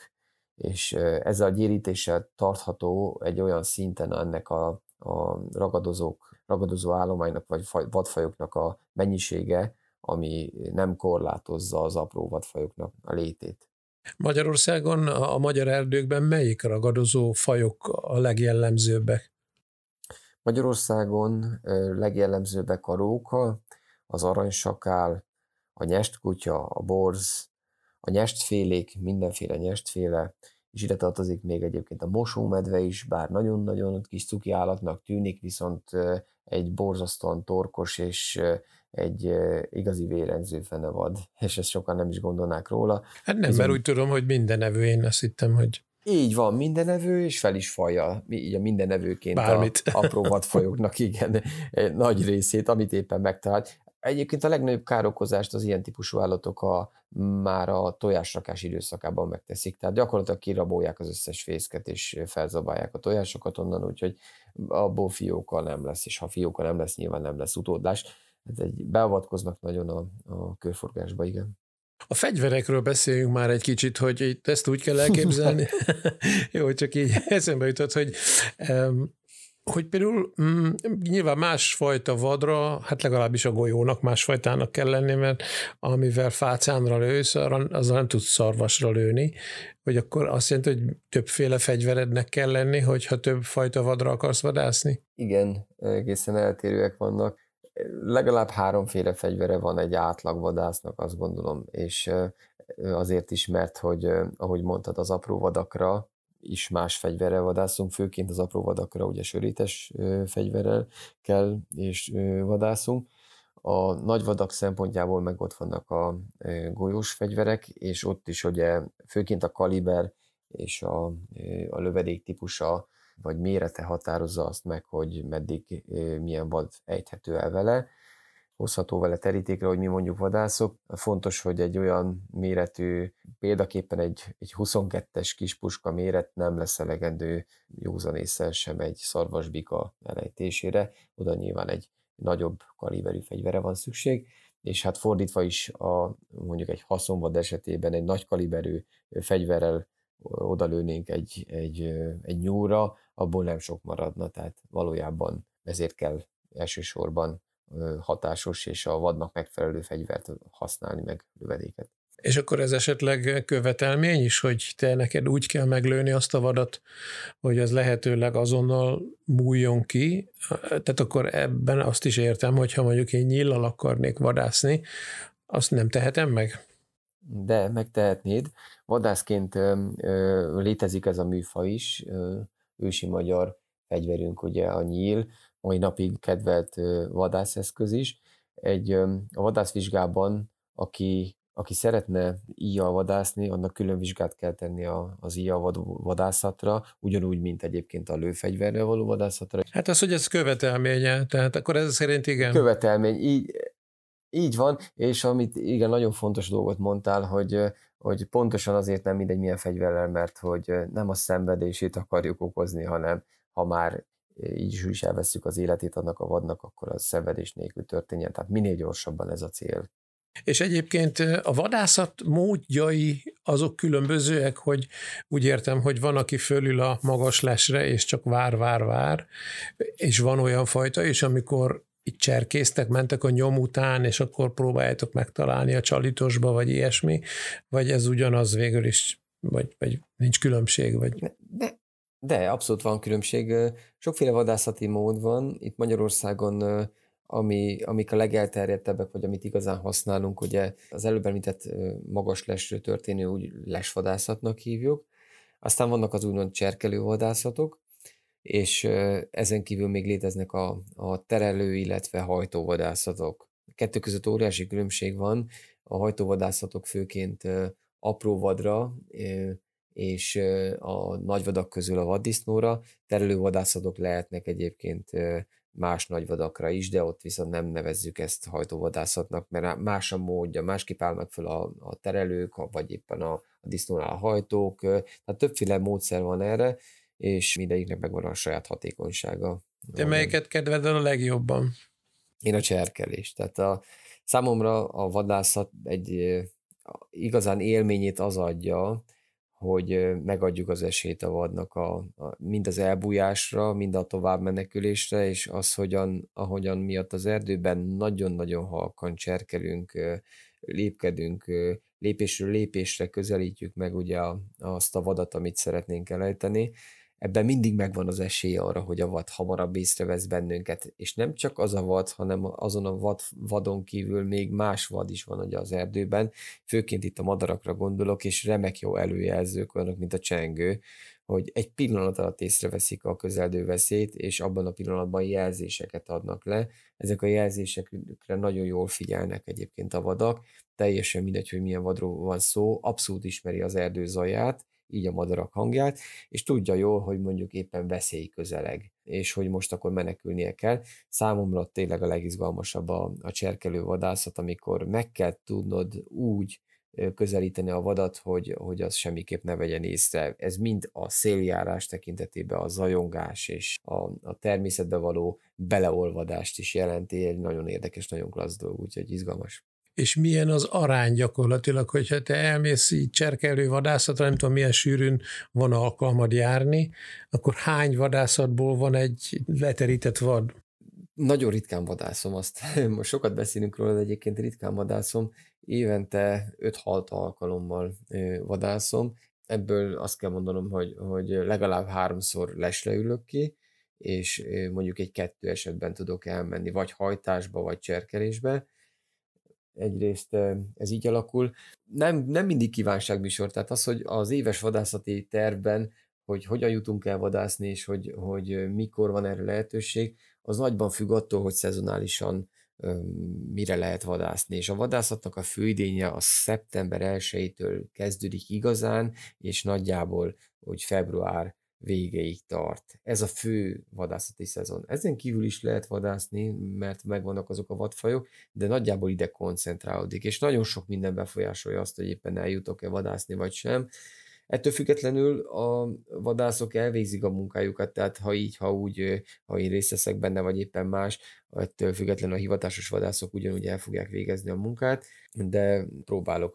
És ezzel a gyérítéssel tartható egy olyan szinten ennek a, a ragadozók, ragadozó állománynak, vagy vadfajoknak a mennyisége, ami nem korlátozza az apró vadfajoknak a létét. Magyarországon a, a magyar erdőkben melyik ragadozó fajok a legjellemzőbbek? Magyarországon legjellemzőbbek a róka, az aranysakál, a nyestkutya, a borz, a nyestfélék, mindenféle nyestféle, és ide tartozik még egyébként a mosómedve is, bár nagyon-nagyon kis cuki állatnak tűnik, viszont egy borzasztóan torkos és egy igazi vérengző fenevad, és ezt sokan nem is gondolnák róla. Hát nem, Bizony... mert úgy tudom, hogy mindenevő, én azt hittem, hogy... Így van, mindenevő, és fel is falja, így a mindenevőként Bármit. A apró vadfajoknak, igen, nagy részét, amit éppen megtalált. Egyébként a legnagyobb károkozást az ilyen típusú állatok a, már a tojásrakás időszakában megteszik, tehát gyakorlatilag kirabolják az összes fészket, és felzabálják a tojásokat onnan, úgyhogy abból fióka nem lesz, és ha fióka nem lesz, nyilván nem lesz utódlás. Hát egy, beavatkoznak nagyon a, a körforgásba, igen. A fegyverekről beszéljünk már egy kicsit, hogy itt ezt úgy kell elképzelni. Jó, csak így eszembe jutott, hogy, hogy például mm, nyilván másfajta vadra, hát legalábbis a golyónak másfajtának kell lenni, mert amivel fácánra lősz, azzal nem tudsz szarvasra lőni, hogy akkor azt jelenti, hogy többféle fegyverednek kell lenni, hogyha több fajta vadra akarsz vadászni? Igen, egészen eltérőek vannak. Legalább háromféle fegyvere van egy átlagvadásznak, azt gondolom, és azért is, mert, hogy ahogy mondtad, az apró vadakra is más fegyverrel vadászunk, főként az apró vadakra ugye sörétes fegyverrel kell és vadászunk. A nagy vadak szempontjából meg ott vannak a golyós fegyverek, és ott is ugye főként a kaliber és a, a lövedék típusa vagy mérete határozza azt meg, hogy meddig milyen vad ejthető el vele, hozható vele terítékre, hogy mi mondjuk vadászok. Fontos, hogy egy olyan méretű, példaképpen egy, egy huszonkettes kis puska méret nem lesz elegendő józan ésszel sem egy szarvasbika elejtésére, oda nyilván egy nagyobb kaliberű fegyvere van szükség, és hát fordítva is a, mondjuk egy haszonvad esetében egy nagy kaliberű fegyverrel odalőnénk egy, egy, egy nyúlra, abból nem sok maradna, tehát valójában ezért kell elsősorban hatásos és a vadnak megfelelő fegyvert használni, meg lövedéket. És akkor ez esetleg követelmény is, hogy te neked úgy kell meglőni azt a vadat, hogy az lehetőleg azonnal múljon ki. Tehát akkor ebben azt is értem, hogyha mondjuk én nyíllal akarnék vadászni, azt nem tehetem meg? De megtehetnéd. Vadászként ö, ö, létezik ez a műfaj is, ö, ősi magyar fegyverünk ugye a nyíl, mai napig kedvelt ö, vadászeszköz is. Egy, ö, a vadászvizsgában, aki, aki szeretne íjjal vadászni, annak külön vizsgát kell tenni a, az íjjal vadászatra, ugyanúgy, mint egyébként a lőfegyverrel való vadászatra. Hát az, hogy ez követelménye, tehát akkor ez szerint igen. Követelmény, így, így van, és amit igen, nagyon fontos dolgot mondtál, hogy, hogy pontosan azért nem mindegy milyen fegyverrel, mert hogy nem a szenvedését akarjuk okozni, hanem ha már így is, is elveszük az életét annak a vadnak, akkor az szenvedés nélkül történjen. Tehát minél gyorsabban ez a cél. És egyébként a vadászat módjai azok különbözőek, hogy úgy értem, hogy van, aki fölül a magas lesre, és csak vár, vár, vár, és van olyan fajta is, amikor itt cserkésztek, mentek a nyom után, és akkor próbáljátok megtalálni a csalitosba, vagy ilyesmi, vagy ez ugyanaz végül is, vagy, vagy nincs különbség? Vagy... De, de abszolút van különbség. Sokféle vadászati mód van. Itt Magyarországon ami, amik a legelterjedtebbek, vagy amit igazán használunk, ugye az előbb említett magas lesről történő úgy lesvadászatnak hívjuk. Aztán vannak az úgymond cserkelővadászatok, és ezen kívül még léteznek a, a terelő, illetve hajtóvadászatok. A kettő között óriási különbség van, a hajtóvadászatok főként apró vadra, és a nagyvadak közül a vaddisznóra, terelővadászatok lehetnek egyébként más nagyvadakra is, de ott viszont nem nevezzük ezt hajtóvadászatnak, mert más a módja, másképp állnak fel a, a terelők, vagy éppen a, a disznónál a hajtók, tehát többféle módszer van erre, és mindegyiknek megvan a saját hatékonysága. Te melyiket kedved a legjobban? Én a cserkelést. Tehát a, számomra a vadászat egy igazán élményét az adja, hogy megadjuk az esélyt a vadnak a, a, mind az elbújásra, mind a tovább menekülésre, és az, hogyan, ahogyan miatt az erdőben nagyon-nagyon halkan cserkelünk, lépkedünk, lépésről lépésre közelítjük meg ugye a, azt a vadat, amit szeretnénk elejteni. Ebben mindig megvan az esély arra, hogy a vad hamarabb észrevesz bennünket, és nem csak az a vad, hanem azon a vad, vadon kívül még más vad is van ugye az erdőben, főként itt a madarakra gondolok, és remek jó előjelzők olyanok, mint a csengő, hogy egy pillanat alatt észreveszik a közeledő veszélyt, és abban a pillanatban jelzéseket adnak le. Ezek a jelzésekre nagyon jól figyelnek egyébként a vadak, teljesen mindegy, hogy milyen vadról van szó, abszolút ismeri az erdő zaját, így a madarak hangját, és tudja jól, hogy mondjuk éppen veszély közeleg, és hogy most akkor menekülnie kell. Számomra tényleg a legizgalmasabb a, a cserkelő vadászat, amikor meg kell tudnod úgy közelíteni a vadat, hogy, hogy az semmiképp ne vegyen észre. Ez mind a széljárás tekintetében a zajongás és a, a természetbe való beleolvadást is jelenti. Egy nagyon érdekes, nagyon klassz dolog, úgyhogy izgalmas. És milyen az arány gyakorlatilag, hogyha te elmész így cserkelő vadászatra, nem tudom milyen sűrűn van alkalmad járni, akkor hány vadászatból van egy leterített vad? Nagyon ritkán vadászom azt. Most sokat beszélünk róla, de egyébként ritkán vadászom. Évente öt-hat alkalommal vadászom. Ebből azt kell mondanom, hogy, hogy legalább háromszor lesre ülök ki, és mondjuk egy kettő esetben tudok elmenni, vagy hajtásba, vagy cserkelésbe. Egyrészt ez így alakul. Nem, nem mindig kívánságműsor, tehát az, hogy az éves vadászati tervben, hogy hogyan jutunk el vadászni, és hogy, hogy mikor van erre lehetőség, az nagyban függ attól, hogy szezonálisan mire lehet vadászni. És a vadászatnak a főidénye a szeptember elsejétől kezdődik igazán, és nagyjából, hogy február végéig tart. Ez a fő vadászati szezon. Ezen kívül is lehet vadászni, mert megvannak azok a vadfajok, de nagyjából ide koncentrálódik, és nagyon sok minden befolyásolja azt, hogy éppen eljutok-e vadászni, vagy sem. Ettől függetlenül a vadászok elvégzik a munkájukat, tehát ha így, ha úgy, ha én részt veszek benne, vagy éppen más, ettől függetlenül a hivatásos vadászok ugyanúgy el fogják végezni a munkát, de próbálok azért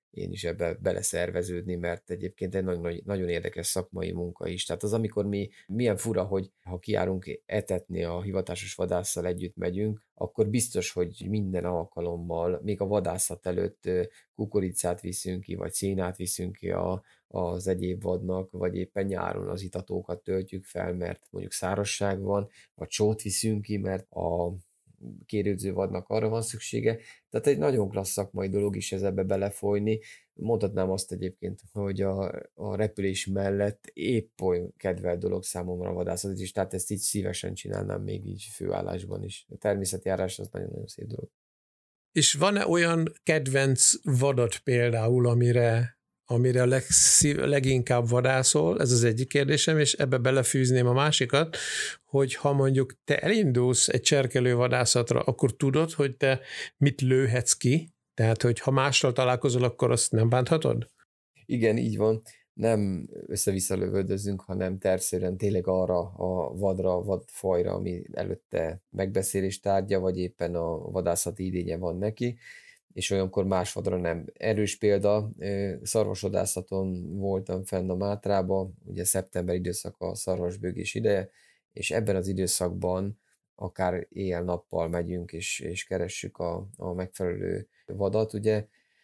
én is ebbe beleszerveződni, mert egyébként egy nagyon, nagyon érdekes szakmai munka is. Tehát az, amikor mi, milyen fura, hogy ha kijárunk etetni a hivatásos vadásszal együtt megyünk, akkor biztos, hogy minden alkalommal, még a vadászat előtt kukoricát viszünk ki, vagy szénát viszünk ki a, az egyéb vadnak, vagy éppen nyáron az itatókat töltjük fel, mert mondjuk szárazság van, vagy sót viszünk ki, mert a kérődző vadnak arra van szüksége. Tehát egy nagyon klassz szakmai dolog is ez ebbe belefolyni. Mondhatnám azt egyébként, hogy a, a repülés mellett épp olyan kedvelt dolog számomra a vadászat is, tehát ezt így szívesen csinálnám még így főállásban is. A természetjárás az nagyon-nagyon szép dolog. És van-e olyan kedvenc vadat például, amire amire legszív, leginkább vadászol, ez az egyik kérdésem, és ebbe belefűzném a másikat, hogy ha mondjuk te elindulsz egy cserkelő vadászatra, akkor tudod, hogy te mit lőhetsz ki? Tehát, hogy ha mással találkozol, akkor azt nem bánthatod? Igen, így van. Nem össze-vissza lövöldözünk, hanem tervszerűen tényleg arra a vadra, a vadfajra, ami előtte megbeszélés tárgya, vagy éppen a vadászati idénye van neki, és olyankor más vadra nem. Erős példa, szarvasvadászaton voltam fenn a Mátrába, ugye szeptember időszak a szarvasbőgés ideje, és ebben az időszakban akár éjjel-nappal megyünk, és, és keressük a, a megfelelő vadat, ugye,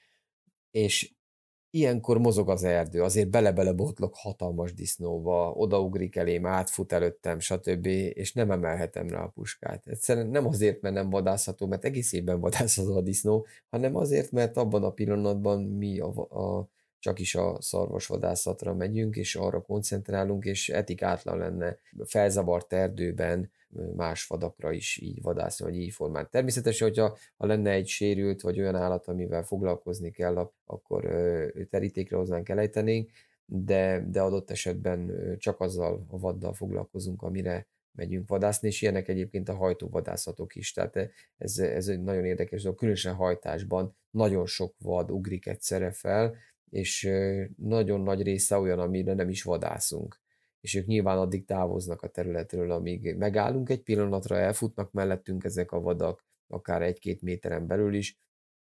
és ilyenkor mozog az erdő, azért bele-bele botlok hatalmas disznóba, odaugrik elém, átfut előttem, stb., és nem emelhetem rá a puskát. Egyszerűen nem azért, mert nem vadászható, mert egész évben vadászható a disznó, hanem azért, mert abban a pillanatban mi a, a, csak is a szarvasvadászatra megyünk, és arra koncentrálunk, és etikátlan lenne felzavart erdőben más vadakra is így vadászni, vagy így formán. Természetesen, hogyha ha lenne egy sérült, vagy olyan állat, amivel foglalkozni kell, akkor terítékre hozzánk, elejtenénk, de, de adott esetben csak azzal a vaddal foglalkozunk, amire megyünk vadászni, és ilyenek egyébként a hajtóvadászatok is. Tehát ez, ez egy nagyon érdekes dolog, különösen hajtásban nagyon sok vad ugrik egyszerre fel, és nagyon nagy része olyan, amire nem is vadászunk. És ők nyilván addig távoznak a területről, amíg megállunk egy pillanatra, elfutnak mellettünk ezek a vadak, akár egy-két méteren belül is,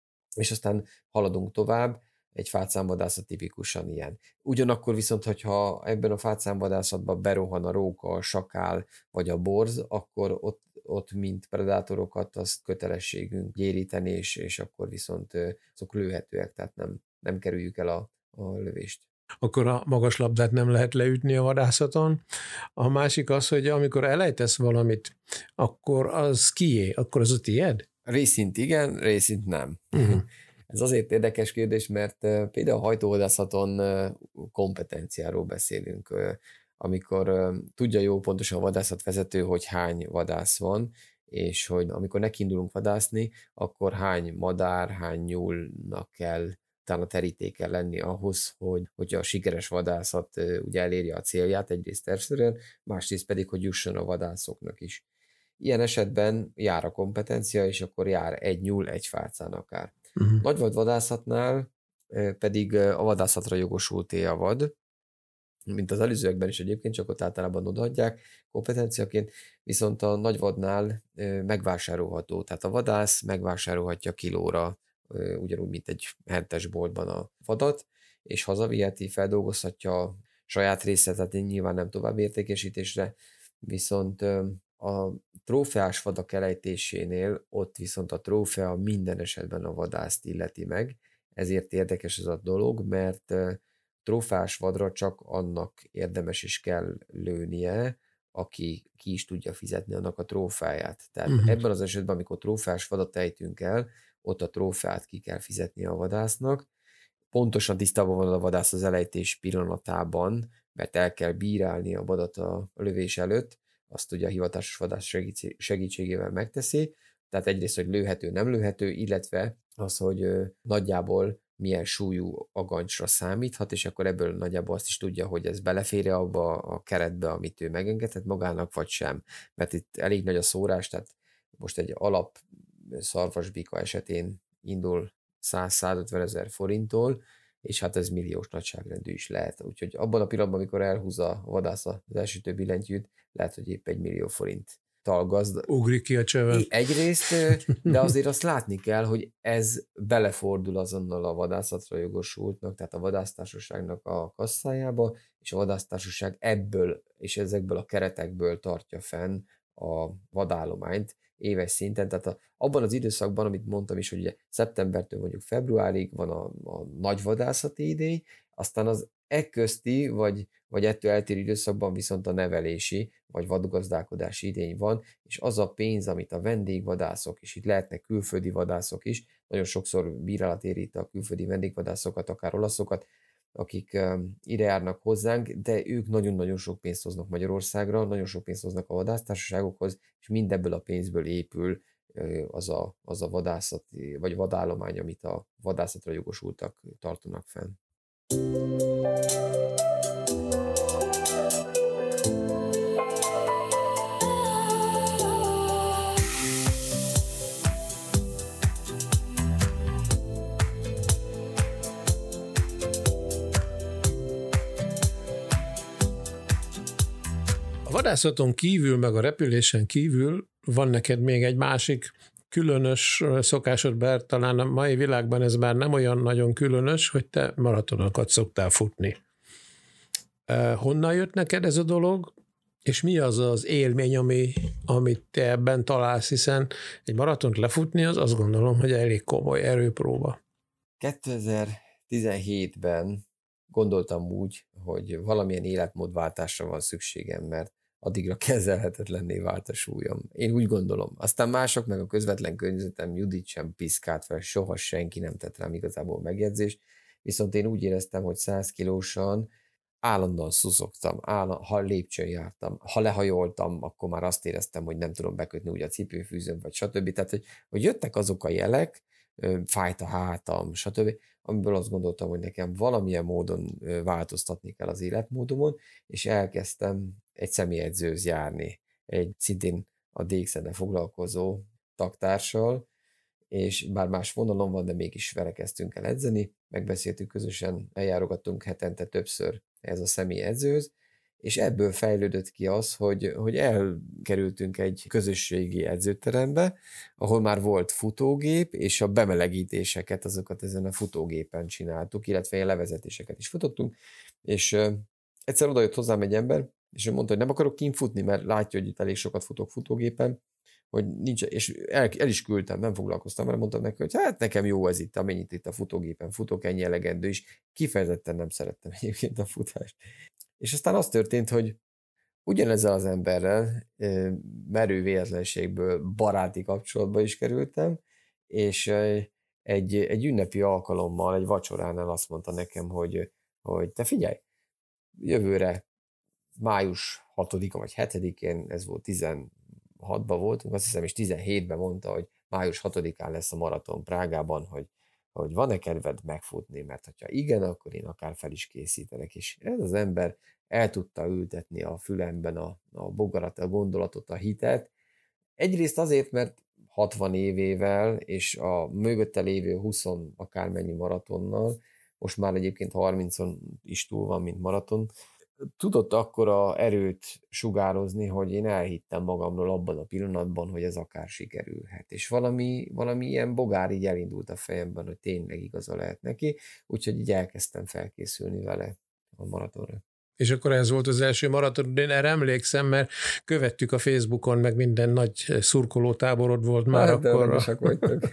és aztán haladunk tovább, egy fácánvadászat tipikusan ilyen. Ugyanakkor viszont, hogyha ebben a fácánvadászatban berohan a róka, a sakál vagy a borz, akkor ott, ott mint predátorokat azt kötelességünk gyéríteni, és, és akkor viszont azok lőhetőek, tehát nem, nem kerüljük el a, a lövést. Akkor a magas labdát nem lehet leütni a vadászaton. A másik az, hogy amikor elejtesz valamit, akkor az kié? Akkor az a tiéd? Részint igen, részint nem. Uh-huh. Ez azért érdekes kérdés, mert például a hajtóvadászaton kompetenciáról beszélünk, amikor tudja jó pontosan a vadászatvezető, hogy hány vadász van, és hogy amikor nekiindulunk vadászni, akkor hány madár, hány nyúlnak kell utána terítéken lenni ahhoz, hogy, hogy a sikeres vadászat ugye elérje a célját, egyrészt tervszerűen, másrészt pedig, hogy jusson a vadászoknak is. Ilyen esetben jár a kompetencia, és akkor jár egy nyúl, egy fácán akár. Uh-huh. Nagyvad vadászatnál pedig a vadászatra jogosulté a vad, mint az előzőekben is egyébként, csak ott általában odaadják kompetenciaként, viszont a nagyvadnál megvásárolható, tehát a vadász megvásárolhatja kilóra, ugyanúgy, mint egy hentes boltban a vadat, és hazaviheti, feldolgozhatja saját részét, tehát nyilván nem tovább értékesítésre, viszont a trófeás vadak elejtésénél ott viszont a trófea minden esetben a vadászt illeti meg, ezért érdekes ez a dolog, mert trófeás vadra csak annak érdemes is kell lőnie, aki ki is tudja fizetni annak a trófáját. Tehát uh-huh. ebben az esetben, amikor trófeás vadat ejtünk el, ott a trófeát ki kell fizetni a vadásznak. Pontosan tisztában van a vadász az elejtés pillanatában, mert el kell bírálni a vadat a lövés előtt, azt ugye a hivatásos vadász segítségével megteszi, tehát egyrészt, hogy lőhető, nem lőhető, illetve az, hogy nagyjából milyen súlyú agancsra számíthat, és akkor ebből nagyjából azt is tudja, hogy ez belefér abba a keretbe, amit ő megengedhet magának, vagy sem. Mert itt elég nagy a szórás, tehát most egy alap szarvasbika esetén indul száz-százötven ezer forinttól, és hát ez milliós nagyságrendű is lehet. Úgyhogy abban a pillanatban, amikor elhúzza a vadász az elsütő billentyűt, lehet, hogy épp egy millió forint talgazd. Ugrik ki a csövön. Egyrészt, de azért azt látni kell, hogy ez belefordul azonnal a vadászatra jogosultnak, tehát a vadásztársaságnak a kasszájába, és a vadásztársaság ebből és ezekből a keretekből tartja fenn a vadállományt éves szinten. Tehát a, abban az időszakban, amit mondtam is, hogy ugye szeptembertől mondjuk februárig van a, a nagy vadászati idény, aztán az ekközti, vagy, vagy ettől eltérő időszakban viszont a nevelési, vagy vadgazdálkodási idény van, és az a pénz, amit a vendégvadászok, és itt lehetnek külföldi vadászok is, nagyon sokszor bírálat éri a külföldi vendégvadászokat, akár olaszokat, akik um, ide járnak hozzánk, de ők nagyon-nagyon sok pénzt hoznak Magyarországra, nagyon sok pénzt hoznak a vadásztársaságokhoz, és mindebből a pénzből épül uh, az, a, az a vadászati, vagy vadállomány, amit a vadászatra jogosultak tartanak fenn. A vadászaton kívül, meg a repülésen kívül van neked még egy másik különös szokásod, bár talán a mai világban ez már nem olyan nagyon különös, hogy te maratonokat szoktál futni. Honnan jött neked ez a dolog, és mi az az élmény, ami, amit te ebben találsz, hiszen egy maratont lefutni, az azt gondolom, hogy elég komoly erőpróba. kétezer-tizenhétben gondoltam úgy, hogy valamilyen életmódváltásra van szükségem, mert addigra kezelhetetlenné vált a súlyom. Én úgy gondolom. Aztán mások, meg a közvetlen környezetem, Judit sem piszkált fel, soha senki nem tett rám igazából megjegyzést, viszont én úgy éreztem, hogy száz kilósan állandóan szuszogtam, állandóan, ha lépcsőn jártam, ha lehajoltam, akkor már azt éreztem, hogy nem tudom bekötni úgy a cipőfűzőm, vagy stb. Tehát, hogy, hogy jöttek azok a jelek, fájt a hátam, stb., amiből azt gondoltam, hogy nekem valamilyen módon változtatni kell az életmódomon, és elkezdtem egy személyedzőhöz járni, egy szintén a dé iksz-en foglalkozó tagtársal, és bár más vonalon van, de mégis vele kezdtünk el edzeni, megbeszéltük közösen, eljárogattunk hetente többször ez a személyedzőhöz, és ebből fejlődött ki az, hogy, hogy elkerültünk egy közösségi edzőterembe, ahol már volt futógép, és a bemelegítéseket, azokat ezen a futógépen csináltuk, illetve a levezetéseket is futottunk, és uh, egyszer oda jött hozzám egy ember, és ő mondta, hogy nem akarok kint futni, mert látja, hogy itt elég sokat futok futógépen, hogy nincs, és el, el is küldtem, nem foglalkoztam vele, mondtam neki, hogy hát nekem jó ez itt, amennyit itt a futógépen futok, ennyi elegendő is, kifejezetten nem szerettem egyébként a futást. És aztán az történt, hogy ugyanezzel az emberrel merő véletlenségből baráti kapcsolatba is kerültem, és egy, egy ünnepi alkalommal, egy vacsoránál azt mondta nekem, hogy, hogy te figyelj, jövőre május hatodika vagy hetedikén, ez volt tizenhatban voltunk, azt hiszem, és tizenhétben mondta, hogy május hatodikán lesz a maraton Prágában, hogy hogy van-e kedved megfutni, mert ha igen, akkor én akár fel is készítenek. És ez az ember el tudta ültetni a fülemben a, a bogarat, a gondolatot, a hitet. Egyrészt azért, mert hatvan évével, és a mögötte lévő húsz akármennyi maratonnal, most már egyébként harmincon is túl van, mint maraton, tudott akkora erőt sugározni, hogy én elhittem magamról abban a pillanatban, hogy ez akár sikerülhet. És valami, valami ilyen bogár így elindult a fejemben, hogy tényleg igaza lehet neki, úgyhogy így elkezdtem felkészülni vele a maratonra. És akkor ez volt az első maraton, én erre emlékszem, mert követtük a Facebookon, meg minden nagy szurkolótáborod volt már hát, akkor. vagytok.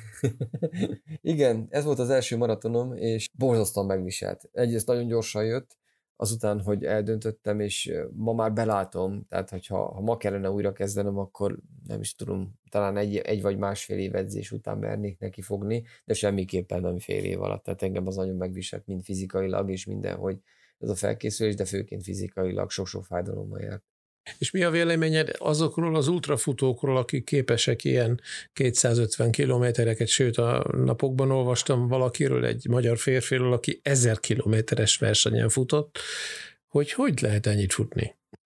Igen, ez volt az első maratonom, és borzasztóan megviselt. Egyrészt nagyon gyorsan jött, azután, hogy eldöntöttem, és ma már belátom, tehát hogyha ha ma kellene újra kezdenem, akkor nem is tudom, talán egy, egy vagy másfél év edzés után mernék neki fogni, de semmiképpen nem fél év alatt. Tehát engem az nagyon megviselt, mind fizikailag, és mindenhogy ez a felkészülés, de főként fizikailag sok-sok fájdalommal járt. És mi a véleményed azokról az ultrafutókról, akik képesek ilyen kétszázötven kilométereket, sőt a napokban olvastam valakiről, egy magyar férfiről, aki ezer kilométeres versenyen futott, hogy hogy lehet ennyit futni?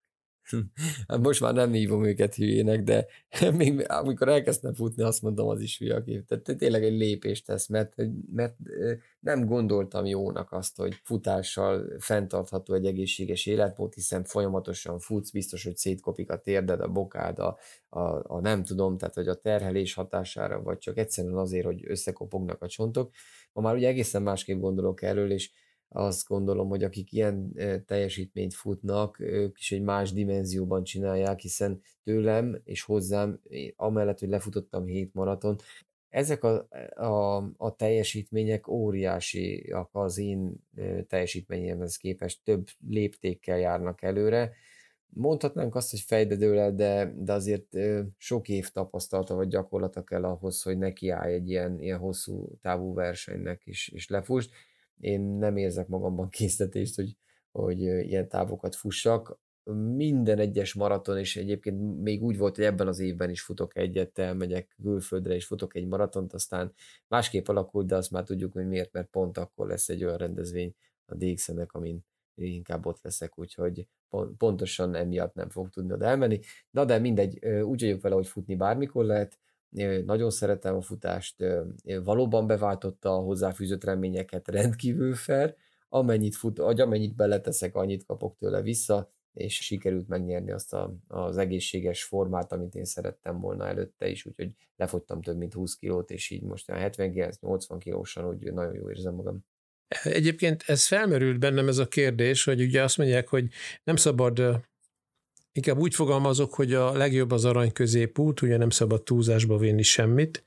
Hát most már nem hívom őket hülyének, de még amikor elkezdtem futni, azt mondtam, az is hülye a kép. Tehát tényleg egy lépést tesz, mert, mert nem gondoltam jónak azt, hogy futással fenntartható egy egészséges életmód, hiszen folyamatosan futsz, biztos, hogy szétkopik a térded, a bokád, a, a, a nem tudom, tehát hogy a terhelés hatására, vagy csak egyszerűen azért, hogy összekopognak a csontok. Ma már ugye egészen másképp gondolok erről, és azt gondolom, hogy akik ilyen teljesítményt futnak, ők is egy más dimenzióban csinálják, hiszen tőlem és hozzám, amellett, hogy lefutottam hét maraton, ezek a, a, a teljesítmények óriásiak az én teljesítményemhez képest, több léptékkel járnak előre. Mondhatnánk azt, hogy fejbedőlel, de, de azért sok év tapasztalata vagy gyakorlata kell ahhoz, hogy nekiállj egy ilyen, ilyen hosszú távú versenynek is, és lefuss. Én nem érzek magamban késztetést, hogy, hogy ilyen távokat fussak. Minden egyes maraton, és egyébként még úgy volt, hogy ebben az évben is futok egyet, elmegyek külföldre, és futok egy maratont, aztán másképp alakult, de azt már tudjuk, hogy miért, mert pont akkor lesz egy olyan rendezvény a dé iksz-nek, amin inkább ott leszek, úgyhogy pontosan emiatt nem fog tudni oda elmenni. Na de mindegy, úgy vagyok vele, hogy futni bármikor lehet, nagyon szeretem a futást, valóban beváltotta a hozzáfűzött reményeket rendkívül fel, amennyit fut, amennyit beleteszek, annyit kapok tőle vissza, és sikerült megnyerni azt a, az egészséges formát, amit én szerettem volna előtte is, úgyhogy lefogytam több mint húsz kilót, és így most a hetvenkilenc-nyolcvan kilósan úgy nagyon jól érzem magam. Egyébként ez felmerült bennem ez a kérdés, hogy ugye azt mondják, hogy nem szabad, inkább úgy fogalmazok, hogy a legjobb az arany középút, ugye nem szabad túlzásba vinni semmit,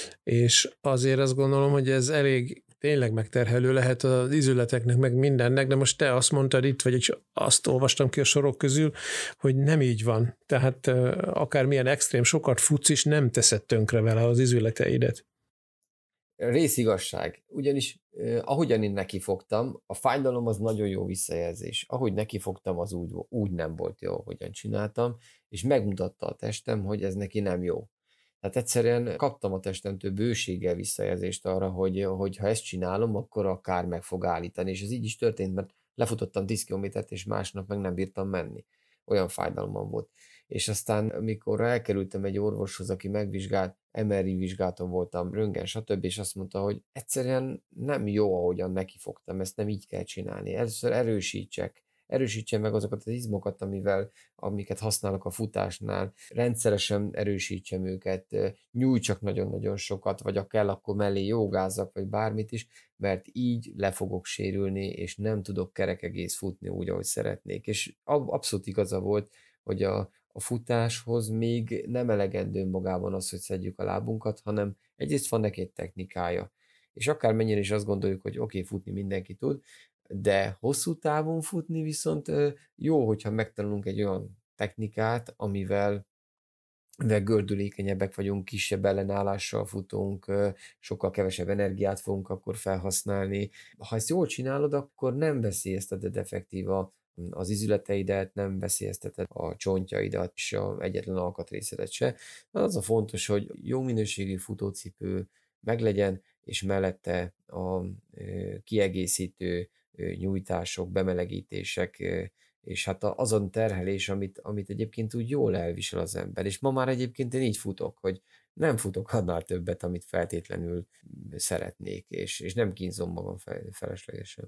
és azért azt gondolom, hogy ez elég tényleg megterhelő lehet az izületeknek, meg mindennek, de most te azt mondtad itt, vagy azt olvastam ki a sorok közül, hogy nem így van. Tehát akármilyen extrém sokat futsz is, nem teszed tönkre vele az izületeidet. Részigazság. Ugyanis eh, ahogyan én nekifogtam, a fájdalom az nagyon jó visszajelzés. Ahogy nekifogtam, az úgy, úgy nem volt jó, ahogyan csináltam, és megmutatta a testem, hogy ez neki nem jó. Tehát egyszerűen kaptam a testemtől bőséggel visszajelzést arra, hogy, hogy ha ezt csinálom, akkor a kár meg fog állítani, és ez így is történt, mert lefutottam tíz kilométert, és másnap meg nem bírtam menni. Olyan fájdalmam volt. És aztán, amikor elkerültem egy orvoshoz, aki megvizsgált, em er i vizsgálaton voltam, röntgen, stb., és azt mondta, hogy egyszerűen nem jó, ahogyan nekifogtam, ezt nem így kell csinálni. Először erősítsek, erősítsen meg azokat az izmokat, amivel, amiket használok a futásnál, rendszeresen erősítsem őket, nyújtsak nagyon-nagyon sokat, vagy ha kell, akkor mellé jogázzak, vagy bármit is, mert így le fogok sérülni, és nem tudok kerek egész futni úgy, ahogy szeretnék. És abszolút igaza volt, hogy a, a futáshoz még nem elegendő magában az, hogy szedjük a lábunkat, hanem egyrészt van neki egy technikája. És akármennyire is azt gondoljuk, hogy oké, okay, futni mindenki tud, de hosszú távon futni viszont jó, hogyha megtanulunk egy olyan technikát, amivel, amivel gördülékenyebbek vagyunk, kisebb ellenállással futunk, sokkal kevesebb energiát fogunk akkor felhasználni. Ha ezt jól csinálod, akkor nem veszélyezteted effektíva az izületeidet, nem veszélyezteted a csontjaidat, és a egyetlen alkatrészedet se. Az a fontos, hogy jó minőségű futócipő meglegyen, és mellette a kiegészítő nyújtások, bemelegítések, és hát azon terhelés, amit, amit egyébként úgy jól elvisel az ember. És ma már egyébként én így futok, hogy nem futok annál többet, amit feltétlenül szeretnék, és, és nem kínzom magam feleslegesen.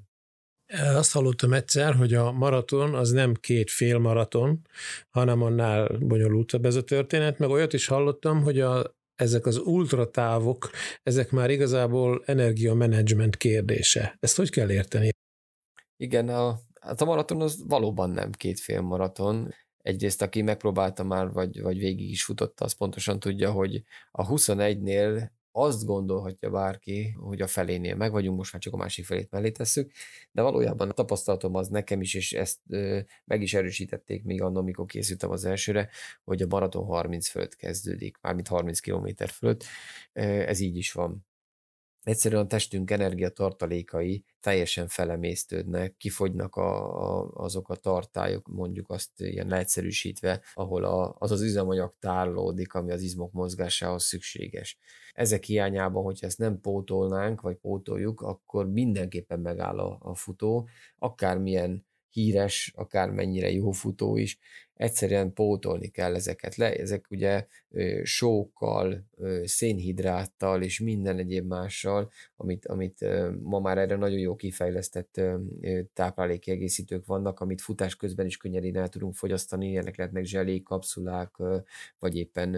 Azt hallottam egyszer, hogy a maraton az nem két fél maraton, hanem annál bonyolultabb ez a történet, meg olyat is hallottam, hogy a, ezek az ultratávok, ezek már igazából energiamenedzsment kérdése. Ezt hogy kell érteni? Igen, a, hát a maraton az valóban nem két fél maraton. Egyrészt, aki megpróbálta már, vagy, vagy végig is futotta, az pontosan tudja, hogy a huszonegynél azt gondolhatja bárki, hogy a felénél meg vagyunk, most már csak a másik felét mellé tesszük, de valójában a tapasztalatom az nekem is, és ezt ö, meg is erősítették még annak, amikor készültem az elsőre, hogy a maraton harminc fölött kezdődik, mármint harminc kilométer fölött. Ez így is van. Egyszerűen a testünk energiatartalékai teljesen felemésztődnek, kifogynak a, a, azok a tartályok, mondjuk azt ilyen leegyszerűsítve, ahol a, az az üzemanyag tárolódik, ami az izmok mozgásához szükséges. Ezek hiányában, hogyha ezt nem pótolnánk, vagy pótoljuk, akkor mindenképpen megáll a, a futó, akármilyen híres, akármennyire jó futó is, egyszerűen pótolni kell ezeket le. Ezek ugye sókkal, szénhidráttal és minden egyéb mással, amit, amit ma már erre nagyon jó kifejlesztett táplálékkiegészítők vannak, amit futás közben is könnyedén el tudunk fogyasztani, ilyenek lehetnek zselék, kapszulák, vagy éppen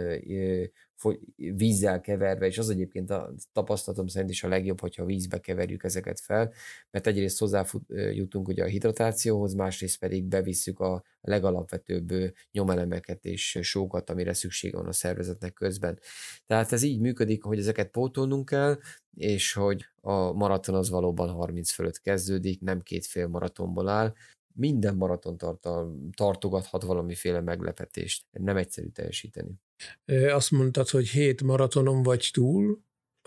vízzel keverve, és az egyébként a tapasztalatom szerint is a legjobb, hogyha vízbe keverjük ezeket fel, mert egyrészt hozzájutunk ugye a hidratációhoz, másrészt pedig bevisszük a legalapvetőbb nyomelemeket és sókat, amire szükség van a szervezetnek közben. Tehát ez így működik, hogy ezeket pótolnunk kell, és hogy a maraton az valóban harminc fölött kezdődik, nem két fél maratonból áll. Minden maraton tartal, tartogathat valamiféle meglepetést. Nem egyszerű teljesíteni. Azt mondtad, hogy hét maratonon vagy túl.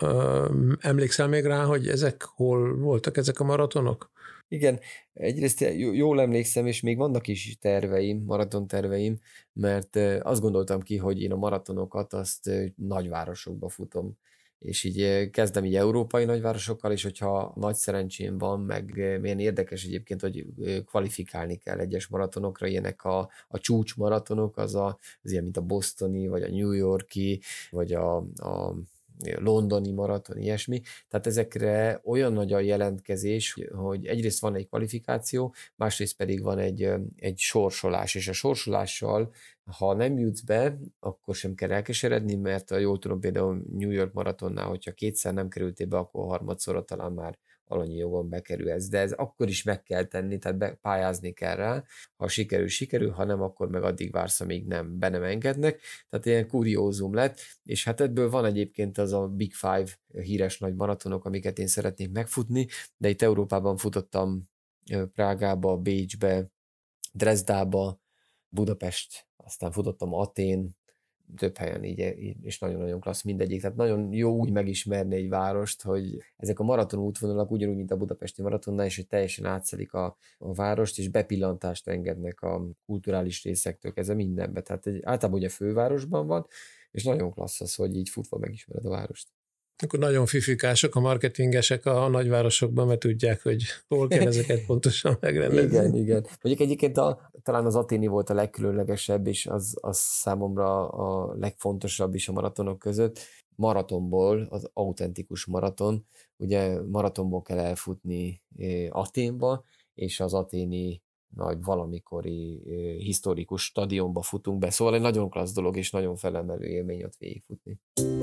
Emlékszel még rá, hogy ezek hol voltak ezek a maratonok? Igen, egyrészt jól emlékszem, és még vannak is terveim, maraton terveim, mert azt gondoltam ki, hogy én a maratonokat azt nagyvárosokba futom. És így kezdem így európai nagyvárosokkal, és hogyha nagy szerencsém van, meg milyen érdekes egyébként, hogy kvalifikálni kell egyes maratonokra, ilyenek a, a csúcs maratonok, az, a, az ilyen, mint a bostoni, vagy a New Yorki, vagy a, a londoni maraton, ilyesmi. Tehát ezekre olyan nagy a jelentkezés, hogy egyrészt van egy kvalifikáció, másrészt pedig van egy, egy sorsolás, és a sorsolással, ha nem jutsz be, akkor sem kell elkeseredni, mert jól tudom, például New York maratonnál, hogyha kétszer nem kerültél be, akkor harmadszorra talán már alanyi jogon bekerülsz, de ez akkor is meg kell tenni, tehát be, pályázni kell rá, ha sikerül, sikerül, ha nem, akkor meg addig vársz, amíg nem, be nem engednek, tehát ilyen kuriózum lett, és hát ebből van egyébként az a Big Five híres nagy maratonok, amiket én szeretnék megfutni, de itt Európában futottam Prágába, Bécsbe, Dresdába, Budapest, aztán futottam Atén, több helyen így, és nagyon-nagyon klassz mindegyik. Tehát nagyon jó úgy megismerni egy várost, hogy ezek a maraton útvonalak ugyanúgy, mint a budapesti maratonnál, és hogy teljesen átszelik a, a várost, és bepillantást engednek a kulturális részektől kezdve mindenbe. Tehát egy, általában ugye fővárosban van, és nagyon klassz az, hogy így futva megismered a várost. Akkor nagyon fifikások a marketingesek a nagyvárosokban, mert tudják, hogy hol kell ezeket pontosan megrendezni. Igen, igen. Mondjuk egyébként a, talán az aténi volt a legkülönlegesebb, és az, az számomra a legfontosabb is a maratonok között. Maratonból, az autentikus maraton, ugye maratonból kell elfutni Aténba, és az aténi nagy valamikori historikus stadionba futunk be. Szóval egy nagyon klassz dolog, és nagyon felemelő élmény ott végigfutni.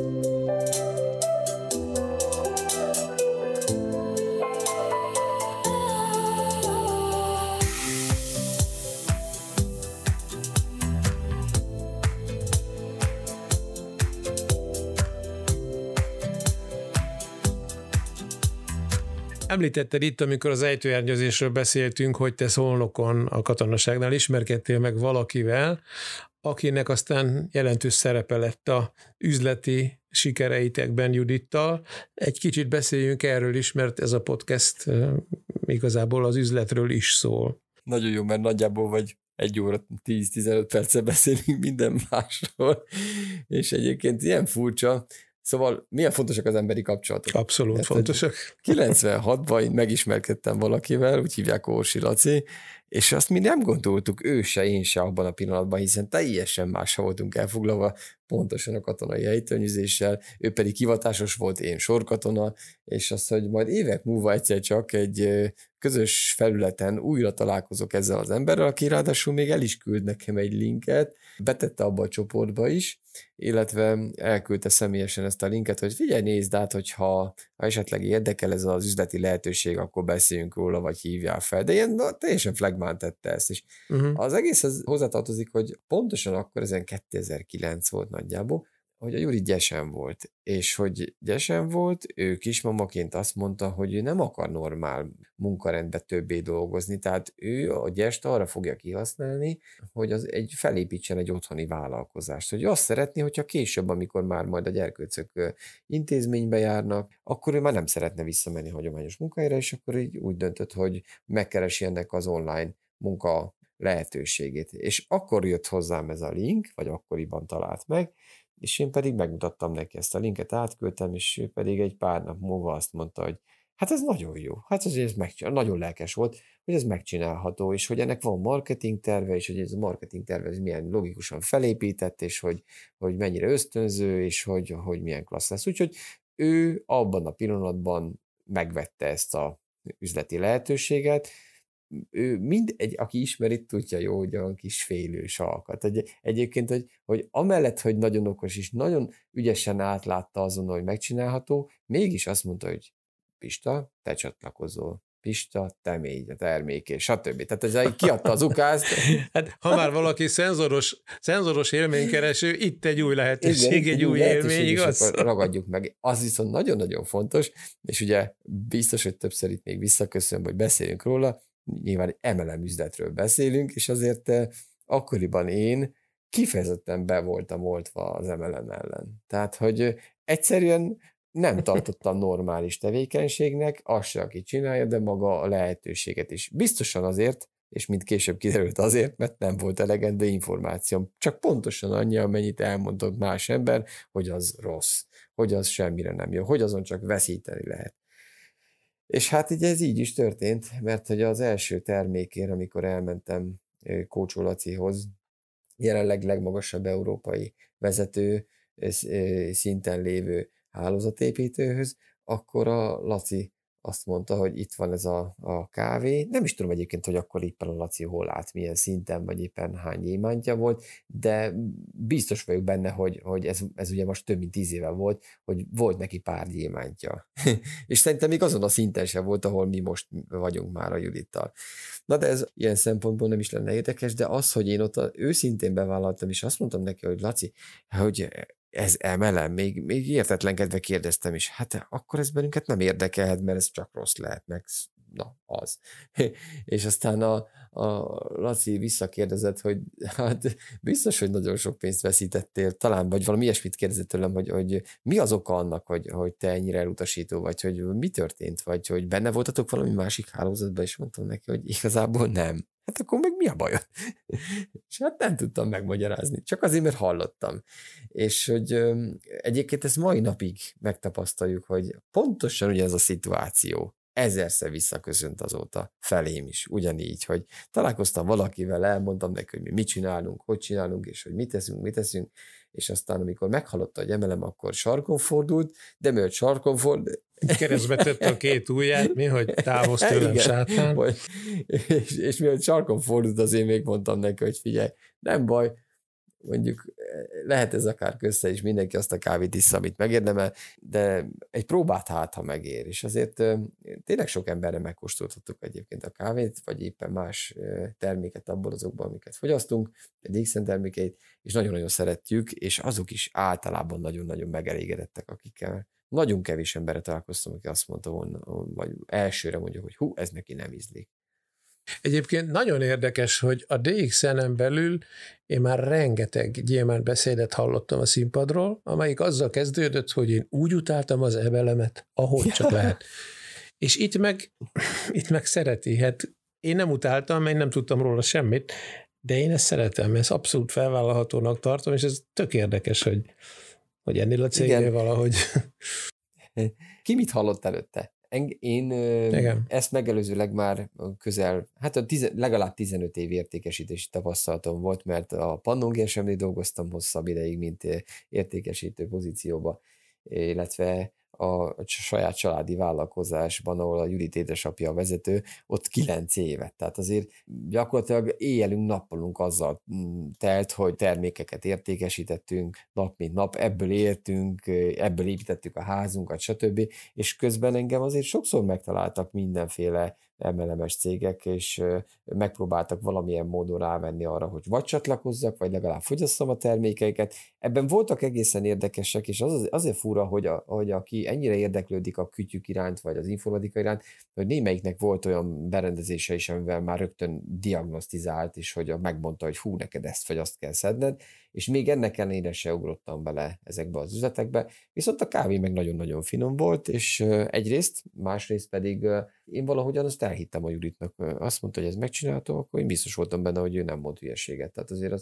Említetted itt, amikor az ejtőernyőzésről beszéltünk, hogy te Szolnokon a katonaságnál ismerkedtél meg valakivel, akinek aztán jelentős szerepe lett a üzleti sikereitekben Judittal. Egy kicsit beszéljünk erről is, mert ez a podcast igazából az üzletről is szól. Nagyon jó, mert nagyjából vagy egy óra, tíz-tizenöt percet beszélünk minden másról, és egyébként ilyen furcsa. Szóval milyen fontosak az emberi kapcsolatok? Abszolút Tehát, fontosak. kilencvenhatban én megismerkedtem valakivel, úgy hívják Orsi Laci, és azt mi nem gondoltuk, ő se, én se abban a pillanatban, hiszen teljesen másra voltunk elfoglalva, pontosan a katonai ejtőernyőzéssel, ő pedig hivatásos volt, én sorkatona, és az, hogy majd évek múlva egyszer csak egy közös felületen újra találkozok ezzel az emberrel, aki ráadásul még el is küld nekem egy linket, betette abba a csoportba is, illetve elküldte személyesen ezt a linket, hogy figyelj, nézd át, hogyha ha esetleg érdekel ez az üzleti lehetőség, akkor beszéljünk róla, vagy hívjál fel. De ilyen na, teljesen flagmán tette ezt. És uh-huh. az egészhez hozzátartozik, hogy pontosan akkor ezen kétezer-kilenc volt nagyjából, hogy a Gyuri gyesen volt, és hogy gyesen volt, ő kismamaként azt mondta, hogy ő nem akar normál munkarendbe többé dolgozni, tehát ő a gyest arra fogja kihasználni, hogy az egy felépítsen egy otthoni vállalkozást, hogy azt szeretné, hogyha később, amikor már majd a gyerkőcök intézménybe járnak, akkor ő már nem szeretne visszamenni hagyományos munkahelyre, és akkor így úgy döntött, hogy megkeresi ennek az online munka lehetőségét. És akkor jött hozzám ez a link, vagy akkoriban talált meg, és én pedig megmutattam neki ezt a linket, átküldtem, és ő pedig egy pár nap múlva azt mondta, hogy hát ez nagyon jó, hát azért ez megcsinál, nagyon lelkes volt, hogy ez megcsinálható, és hogy ennek van marketing terve, és hogy ez a marketing terve ez milyen logikusan felépített, és hogy, hogy mennyire ösztönző, és hogy, hogy milyen klassz lesz. Úgyhogy ő abban a pillanatban megvette ezt a üzleti lehetőséget. Ő mind egy, aki ismeri, tudja jó, hogy olyan kis félős alkat. Egy, egyébként, hogy, hogy amellett, hogy nagyon okos és nagyon ügyesen átlátta azon, hogy megcsinálható, mégis azt mondta, hogy Pista, te csatlakozol. Pista, te mégy a terméké, stb. Tehát ez kiadta az ukázt. Hát, ha már valaki szenzoros, szenzoros élménykereső, itt egy új lehetőség, igen, egy új élmény, igaz? Ragadjuk meg. Az viszont nagyon-nagyon fontos, és ugye biztos, hogy többször itt még visszaköszönöm, hogy beszélünk róla, nyilván egy em el em üzletről beszélünk, és azért akkoriban én kifejezetten be voltam oltva az em el em ellen. Tehát, hogy egyszerűen nem tartottam normális tevékenységnek, azt se, aki csinálja, de maga a lehetőséget is. Biztosan azért, és mint később kiderült azért, mert nem volt elegendő információm. Csak pontosan annyi, amennyit elmondott más ember, hogy az rossz, hogy az semmire nem jó, hogy azon csak veszíteni lehet. És hát így ez így is történt, mert hogy az első termékért, amikor elmentem Kócsó Lacihoz, jelenleg legmagasabb európai vezető szinten lévő hálózatépítőhöz, akkor a Laci azt mondta, hogy itt van ez a, a kávé. Nem is tudom egyébként, hogy akkor éppen a Laci hol állt, milyen szinten, vagy éppen hány gyémántja volt, de biztos vagyok benne, hogy, hogy ez, ez ugye most több mint tíz éve volt, hogy volt neki pár gyémántja. És szerintem még azon a szinten sem volt, ahol mi most vagyunk már a Judittal. Na de ez ilyen szempontból nem is lenne érdekes, de az, hogy én ott őszintén bevállaltam, és azt mondtam neki, hogy Laci, hogy ez em el em, még, még értetlenkedve kérdeztem is, hát akkor ez bennünket nem érdekelhet, mert ez csak rossz lehet, meg na, az. És aztán a, a Laci visszakérdezett, hogy hát biztos, hogy nagyon sok pénzt veszítettél, talán, vagy valami ilyesmit kérdezett tőlem, hogy, hogy mi az oka annak, hogy, hogy te ennyire elutasító vagy, hogy mi történt, vagy hogy benne voltatok valami másik hálózatban, és mondtam neki, hogy igazából nem. Hát akkor meg mi a bajod? És hát nem tudtam megmagyarázni, csak azért, mert hallottam. És hogy ö, egyébként ezt mai napig megtapasztaljuk, hogy pontosan ugye ez a szituáció ezerszer visszaköszönt azóta felém is, ugyanígy, hogy találkoztam valakivel, elmondtam neki, hogy mi mit csinálunk, hogy csinálunk, és hogy mit teszünk, mit teszünk, és aztán, amikor meghallotta, hogy emelem, akkor sarkon fordult, de mielőtt sarkon fordult, keresztbe tette a két ujját, mi, hogy távozz tőlem, igen, sátán. Vagy, és, és mielőtt sarkon fordult, azért még mondtam neki, hogy figyelj, nem baj, mondjuk lehet ez akár közte is, mindenki azt a kávét iszza, amit megérdemel, de egy próbát hát, ha megér, és azért tényleg sok emberre megkóstoltattuk egyébként a kávét, vagy éppen más terméket abból azokban, amiket fogyasztunk, a Dixon termékeit, és nagyon-nagyon szeretjük, és azok is általában nagyon-nagyon megelégedettek, akikkel nagyon kevés emberre találkoztam, aki azt mondta volna, vagy elsőre mondjuk, hogy hú, ez neki nem ízlik. Egyébként nagyon érdekes, hogy a dé iksz en-en belül én már rengeteg gyémánt beszédet hallottam a színpadról, amelyik azzal kezdődött, hogy én úgy utáltam az em el em-et, ahogy csak lehet. És itt meg, itt meg szereti. Hát én nem utáltam, én nem tudtam róla semmit, de én ezt szeretem, ezt abszolút felvállalhatónak tartom, és ez tök érdekes, hogy, hogy ennél a cégnél valahogy... Ki mit hallott előtte? Én Igen. ezt megelőzőleg már közel, hát a tize, legalább tizenöt év értékesítési tapasztalatom volt, mert a Pannon gé es em-nél dolgoztam hosszabb ideig, mint értékesítő pozícióba, illetve a saját családi vállalkozásban, ahol a Judit édesapja a vezető, ott kilenc évet. Tehát azért gyakorlatilag éjjelünk, nappalunk azzal telt, hogy termékeket értékesítettünk nap mint nap, ebből éltünk, ebből építettük a házunkat, stb. És közben engem azért sokszor megtaláltak mindenféle em el em-es cégek, és megpróbáltak valamilyen módon rávenni arra, hogy vagy csatlakozzak, vagy legalább fogyasszam a termékeiket. Ebben voltak egészen érdekesek, és az azért fura, hogy, a, hogy aki ennyire érdeklődik a kütyük iránt, vagy az informatika iránt, hogy némelyiknek volt olyan berendezése is, amivel már rögtön diagnosztizált, és hogy megmondta, hogy hú, neked ezt vagy azt kell szedned, és még ennek ellenére se ugrottam bele ezekbe az üzletekbe, viszont a kávé meg nagyon-nagyon finom volt, és egyrészt, másrészt pedig én valahogyan azt elhittem a Juditnak. Azt mondta, hogy ez megcsinálható, akkor én biztos voltam benne, hogy ő nem mond hülyeséget. Tehát azért az,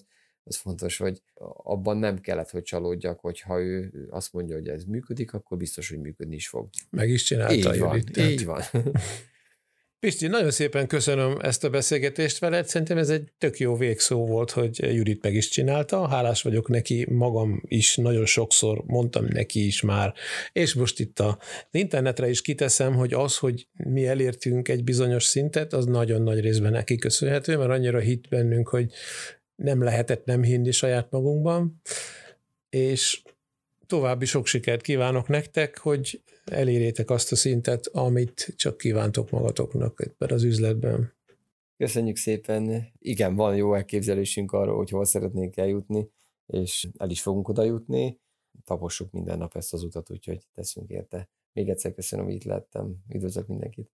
az fontos, hogy abban nem kellett, hogy csalódjak, hogyha ő azt mondja, hogy ez működik, akkor biztos, hogy működni is fog. Meg is csinálta. Így van, Judit, tehát... így van. Pisti, nagyon szépen köszönöm ezt a beszélgetést veled, szerintem ez egy tök jó végszó volt, hogy Judit meg is csinálta, hálás vagyok neki, magam is nagyon sokszor mondtam neki is már, és most itt az internetre is kiteszem, hogy az, hogy mi elértünk egy bizonyos szintet, az nagyon nagy részben neki köszönhető, mert annyira hitt bennünk, hogy nem lehetett nem hinni saját magunkban, és további sok sikert kívánok nektek, hogy elérjétek azt a szintet, amit csak kívántok magatoknak ebben az üzletben. Köszönjük szépen. Igen, van jó elképzelésünk arról, hogy hol szeretnénk eljutni, és el is fogunk oda jutni. Tapossuk minden nap ezt az utat, úgyhogy teszünk érte. Még egyszer köszönöm, hogy itt lettem. Üdvözlök mindenkit.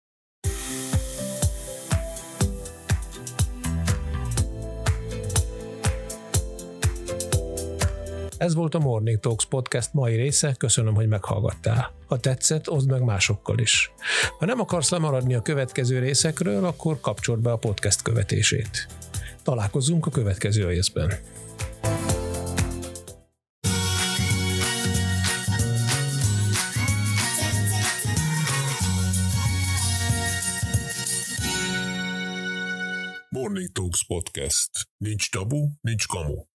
Ez volt a Morning Talks Podcast mai része, köszönöm, hogy meghallgattál. Ha tetszett, oszd meg másokkal is. Ha nem akarsz lemaradni a következő részekről, akkor kapcsold be a podcast követését. Találkozunk a következő részben. Morning Talks Podcast. Nincs tabu, nincs kamu.